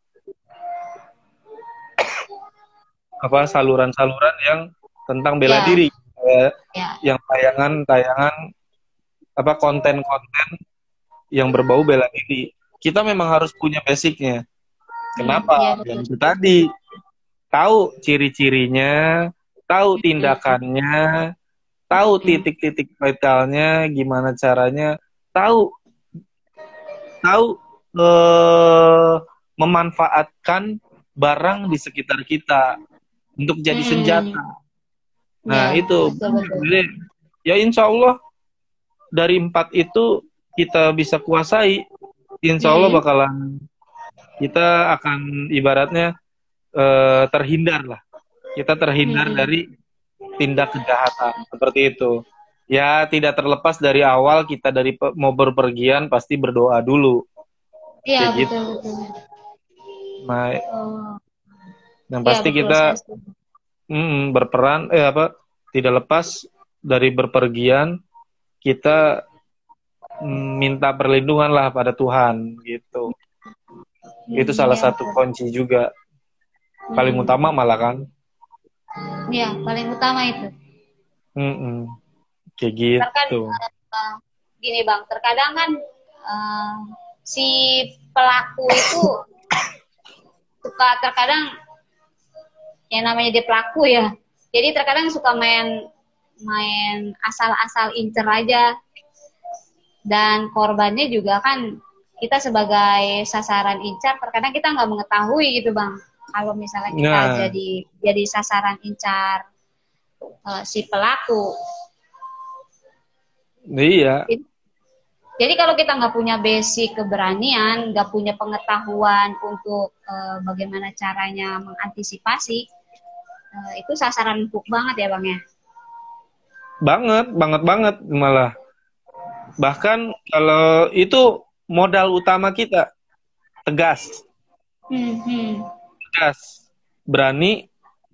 apa saluran-saluran yang tentang bela Ya, diri. Eh, ya. yang tayangan-tayangan apa konten-konten yang berbau bela diri. Kita memang harus punya basicnya. Hmm. Kenapa? Iya, Dan betul. itu tadi tahu ciri-cirinya, tahu tindakannya, tahu Hmm. titik-titik vitalnya, gimana caranya, tahu tahu eh, memanfaatkan barang di sekitar kita untuk jadi Hmm. senjata. Nah Ya, itu, betul betul. jadi ya insya Allah dari empat itu kita bisa kuasai, insya Allah Hmm. bakalan kita akan ibaratnya eh, terhindar lah. Kita terhindar Hmm. dari tindak kejahatan seperti itu. Ya tidak terlepas dari awal kita dari pe- mau berpergian pasti berdoa dulu. Iya, Kayak gitu. betul betul. Nah, Oh. yang Iya, pasti betul kita saya setuju. mm, berperan eh apa tidak lepas dari berpergian kita mm, minta perlindungan lah pada Tuhan gitu. Itu Hmm, salah iya, satu betul. kunci juga paling Hmm. utama malah kan. Iya, paling utama itu. Mm-mm. Kayak Terkadang gitu. uh, gini Bang, terkadang kan uh, si pelaku itu suka terkadang yang namanya dia pelaku ya. Jadi terkadang suka main main asal-asal incer aja. Dan korbannya juga kan kita sebagai sasaran incar terkadang kita nggak mengetahui gitu Bang. Kalau misalnya kita Nah, jadi jadi sasaran incar uh, si pelaku. iya. Jadi kalau kita nggak punya basic keberanian, nggak punya pengetahuan untuk uh, bagaimana caranya mengantisipasi, uh, itu sasaran empuk banget ya Bang ya. Banget, banget banget malah. Bahkan kalau itu modal utama kita tegas, Hmm, hmm. tegas, berani,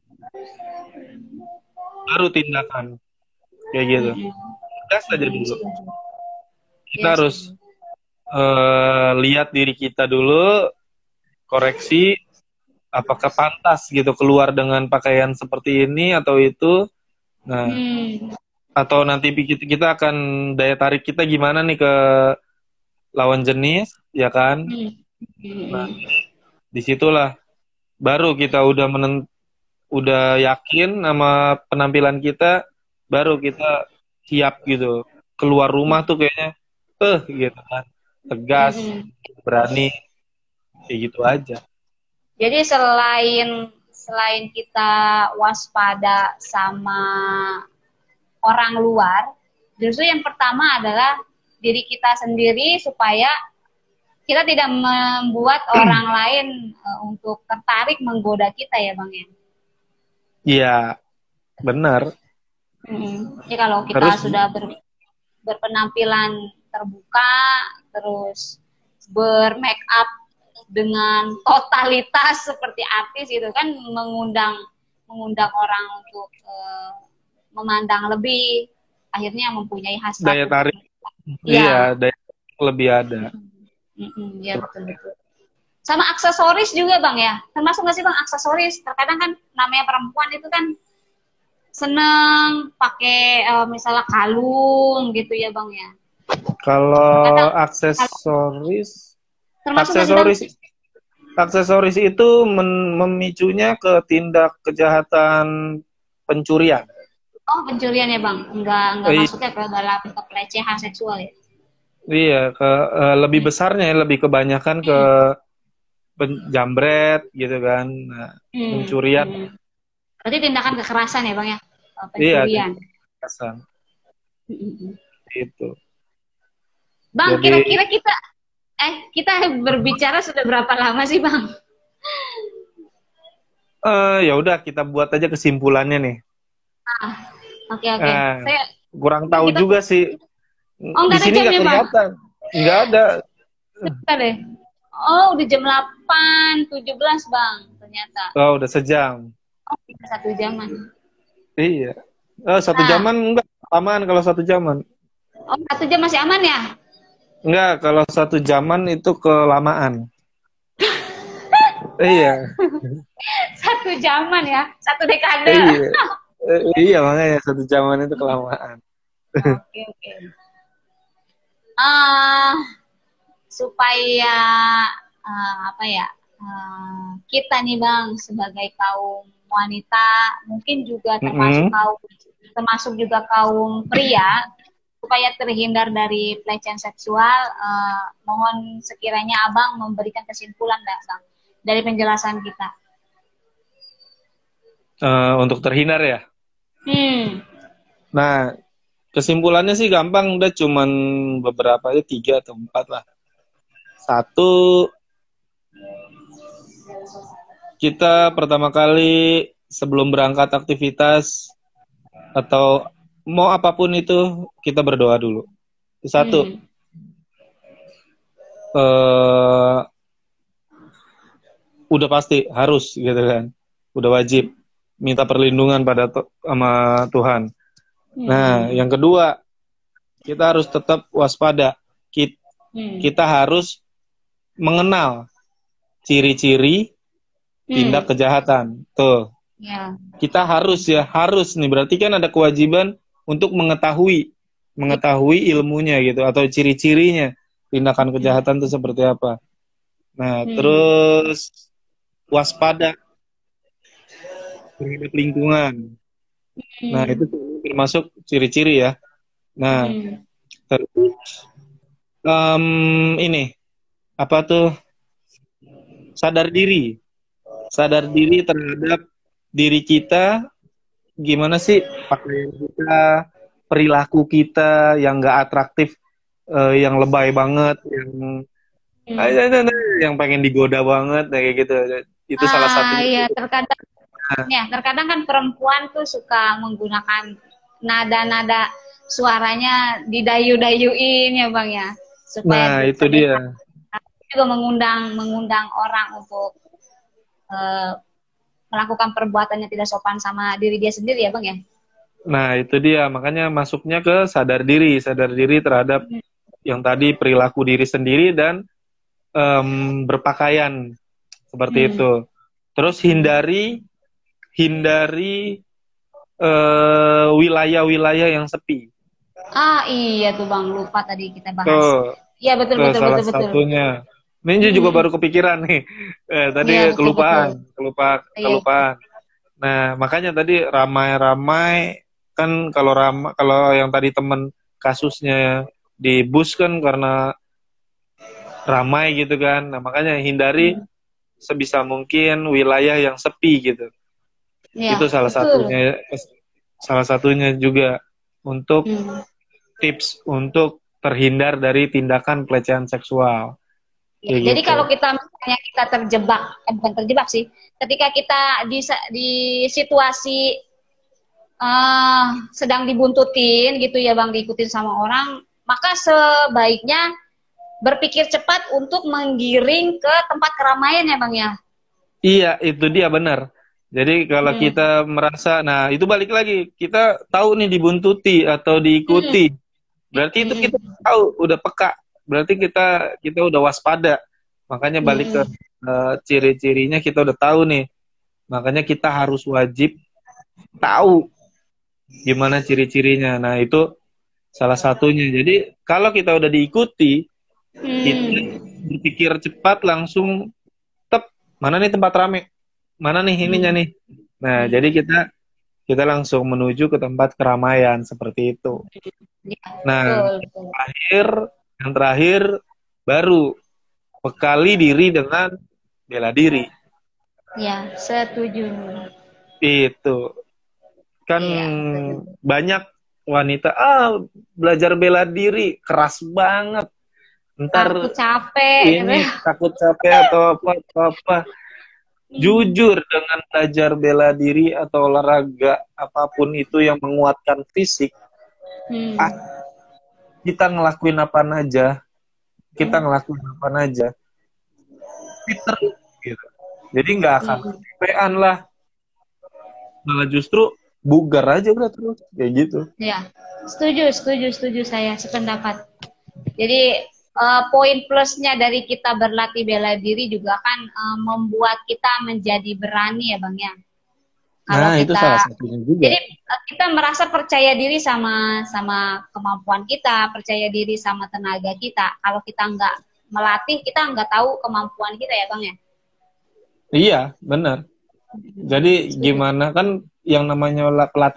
baru tindakan kayak gitu. Hmm, Tegas aja hmm. dulu. Setuju. Kita Ya, harus setuju. uh, lihat diri kita dulu, koreksi apakah pantas gitu keluar dengan pakaian seperti ini atau itu. Nah, Hmm. atau nanti kita akan daya tarik kita gimana nih ke lawan jenis, ya kan? Hmm. Nah, Hmm. disitulah baru kita udah menen udah yakin sama penampilan kita, baru kita siap gitu. Keluar rumah tuh kayaknya, eh gitu kan, tegas, Hmm. berani, kayak gitu aja. Jadi selain selain kita waspada sama orang luar, justru yang pertama adalah diri kita sendiri supaya kita tidak membuat orang lain uh, untuk tertarik menggoda kita ya Bang ya. Iya, benar. Hmm. Ya kalau kita Terus, sudah ber, berpenampilan terbuka, terus bermake up dengan totalitas seperti artis gitu kan, mengundang mengundang orang untuk uh, memandang lebih, akhirnya mempunyai hasrat daya tarik. Ya. Iya, daya tarik lebih ada. Mm-mm, ya betul betul. Sama aksesoris juga Bang ya, termasuk nggak sih Bang aksesoris? Terkadang kan namanya perempuan itu kan seneng pakai uh, misalnya kalung gitu ya Bang ya. Kalau Terkadang, aksesoris, termasuk nggak sih, aksesoris, Bang? aksesoris itu men- memicunya ke tindak kejahatan pencurian. Oh pencurian ya Bang, nggak nggak Eh, masuknya ke dalam ke pelecehan seksual ya? Iya, ke eh, lebih besarnya ya, lebih kebanyakan ke pen- jambret gitu kan, nah, Hmm. pencurian. Hmm. Berarti tindakan kekerasan ya Bang ya, Iya, pencurian. kekerasan Hmm. itu. Bang, Jadi, kira-kira kita eh kita berbicara sudah berapa lama sih Bang? eh ya udah kita buat aja kesimpulannya nih. Ah, oke oke. Eh, Saya kurang tahu kita, juga sih. Oh, Di nggak ada sini nggak jamnya, Bang? kelihatan, nggak ada. Bentar deh. Oh, udah jam delapan tujuh belas Bang, ternyata. Oh, udah sejam. Oh, udah satu jaman. Iya. Eh, satu Nah. jaman enggak aman kalau satu jaman. Oh, satu jam masih aman ya? Enggak, kalau satu jaman itu kelamaan. Iya. Satu jaman ya, satu dekade. Iya. Eh, iya makanya satu jaman itu kelamaan. Oke oke. Ah, supaya uh, apa ya uh, kita nih Bang sebagai kaum wanita, mungkin juga termasuk Mm-hmm. kaum termasuk juga kaum pria, supaya terhindar dari pelecehan seksual, uh, mohon sekiranya Abang memberikan kesimpulan nggak Bang dari penjelasan kita? Uh, untuk terhindar ya. Hmm. Nah, kesimpulannya sih gampang, udah cuman beberapa aja, tiga atau empat lah. Satu, kita pertama kali sebelum berangkat aktivitas atau mau apapun itu, kita berdoa dulu. Satu, hmm. uh, udah pasti harus gitu kan, udah wajib minta perlindungan pada sama Tuhan. Hmm. Nah, yang kedua, kita harus tetap waspada. Kita, hmm. kita harus mengenal ciri-ciri tindak hmm. kejahatan. Tuh. Yeah. Kita harus ya, harus nih. Berarti kan ada kewajiban untuk mengetahui, mengetahui ilmunya gitu atau ciri-cirinya tindakan kejahatan itu hmm. seperti apa. Nah, hmm. terus waspada terhadap lingkungan. Hmm. Nah, itu termasuk ciri-ciri ya. Nah, hmm. terus um, ini apa tuh? Sadar diri. Sadar diri terhadap diri kita, gimana sih pakaian kita, perilaku kita yang nggak atraktif, uh, yang lebay banget, yang hmm. ayo, yang pengen digoda banget, kayak gitu. Itu ah, salah satu. Iya, terkadang, nah. ya, terkadang kan perempuan tuh suka menggunakan nada-nada suaranya didayu-dayuin ya Bang ya, supaya nah itu dia. Juga mengundang mengundang orang untuk uh, melakukan perbuatan yang tidak sopan sama diri dia sendiri ya Bang ya. Nah itu dia, makanya masuknya ke sadar diri, sadar diri terhadap hmm. yang tadi perilaku diri sendiri dan um, berpakaian seperti hmm. itu. Terus hindari hindari uh, wilayah-wilayah yang sepi. Ah iya tuh Bang, lupa tadi kita bahas. Iya betul, betul, salah betul betul betul. Satunya. Ninja hmm. juga baru kepikiran nih. Eh, tadi ya, betul, kelupaan, betul. kelupa kelupaan. Iya. Nah makanya tadi ramai-ramai kan, kalau ramai, kalau yang tadi temen kasusnya di bus kan karena ramai gitu kan. Nah makanya hindari hmm. sebisa mungkin wilayah yang sepi gitu. Ya, Itu salah betul. satunya, salah satunya juga untuk Hmm. tips untuk terhindar dari tindakan pelecehan seksual. Ya, Kayak jadi kalau gitu. kita misalnya kita terjebak, eh, bukan terjebak sih, ketika kita di di situasi eh, sedang dibuntutin gitu ya bang, diikutin sama orang, maka sebaiknya berpikir cepat untuk menggiring ke tempat keramaian ya bang ya. Iya, itu dia benar. Jadi kalau kita Hmm. merasa, nah itu balik lagi, kita tahu nih dibuntuti atau Hmm. diikuti, berarti itu kita Hmm. tahu, udah peka, berarti kita kita udah waspada. Makanya balik ke Hmm. eh, ciri-cirinya kita udah tahu nih. Makanya kita harus wajib tahu gimana ciri-cirinya. Nah itu salah satunya. Jadi kalau kita udah diikuti, kita Hmm. berpikir cepat langsung tep mana nih tempat rame, mana nih ininya Hmm. nih. Nah Hmm. jadi kita kita langsung menuju ke tempat keramaian seperti itu. Ya, Nah betul, betul. terakhir yang terakhir baru bekali diri dengan bela diri. Ya, setuju. Itu kan Iya, betul. banyak wanita ah belajar bela diri keras banget. Ntar Takut capek gitu. ini takut capek atau apa atau apa. Hmm. Jujur dengan belajar bela diri atau olahraga apapun itu yang menguatkan fisik, ah, Hmm. kita ngelakuin apa aja, kita Hmm. ngelakuin apa aja, fitter gitu. Jadi nggak akan Hmm. kecapean lah, malah justru bugar aja udah terus kayak gitu. Ya, setuju, setuju, setuju saya sependapat. Jadi eh, poin plusnya dari kita berlatih bela diri juga kan eh, membuat kita menjadi berani ya Bang ya. Kalau Nah itu salah kita satunya juga. jadi eh, kita merasa percaya diri sama sama kemampuan kita, percaya diri sama tenaga kita. Kalau kita nggak melatih, kita nggak tahu kemampuan kita ya Bang ya. Iya benar. Jadi Setuju. gimana kan yang namanya pelatih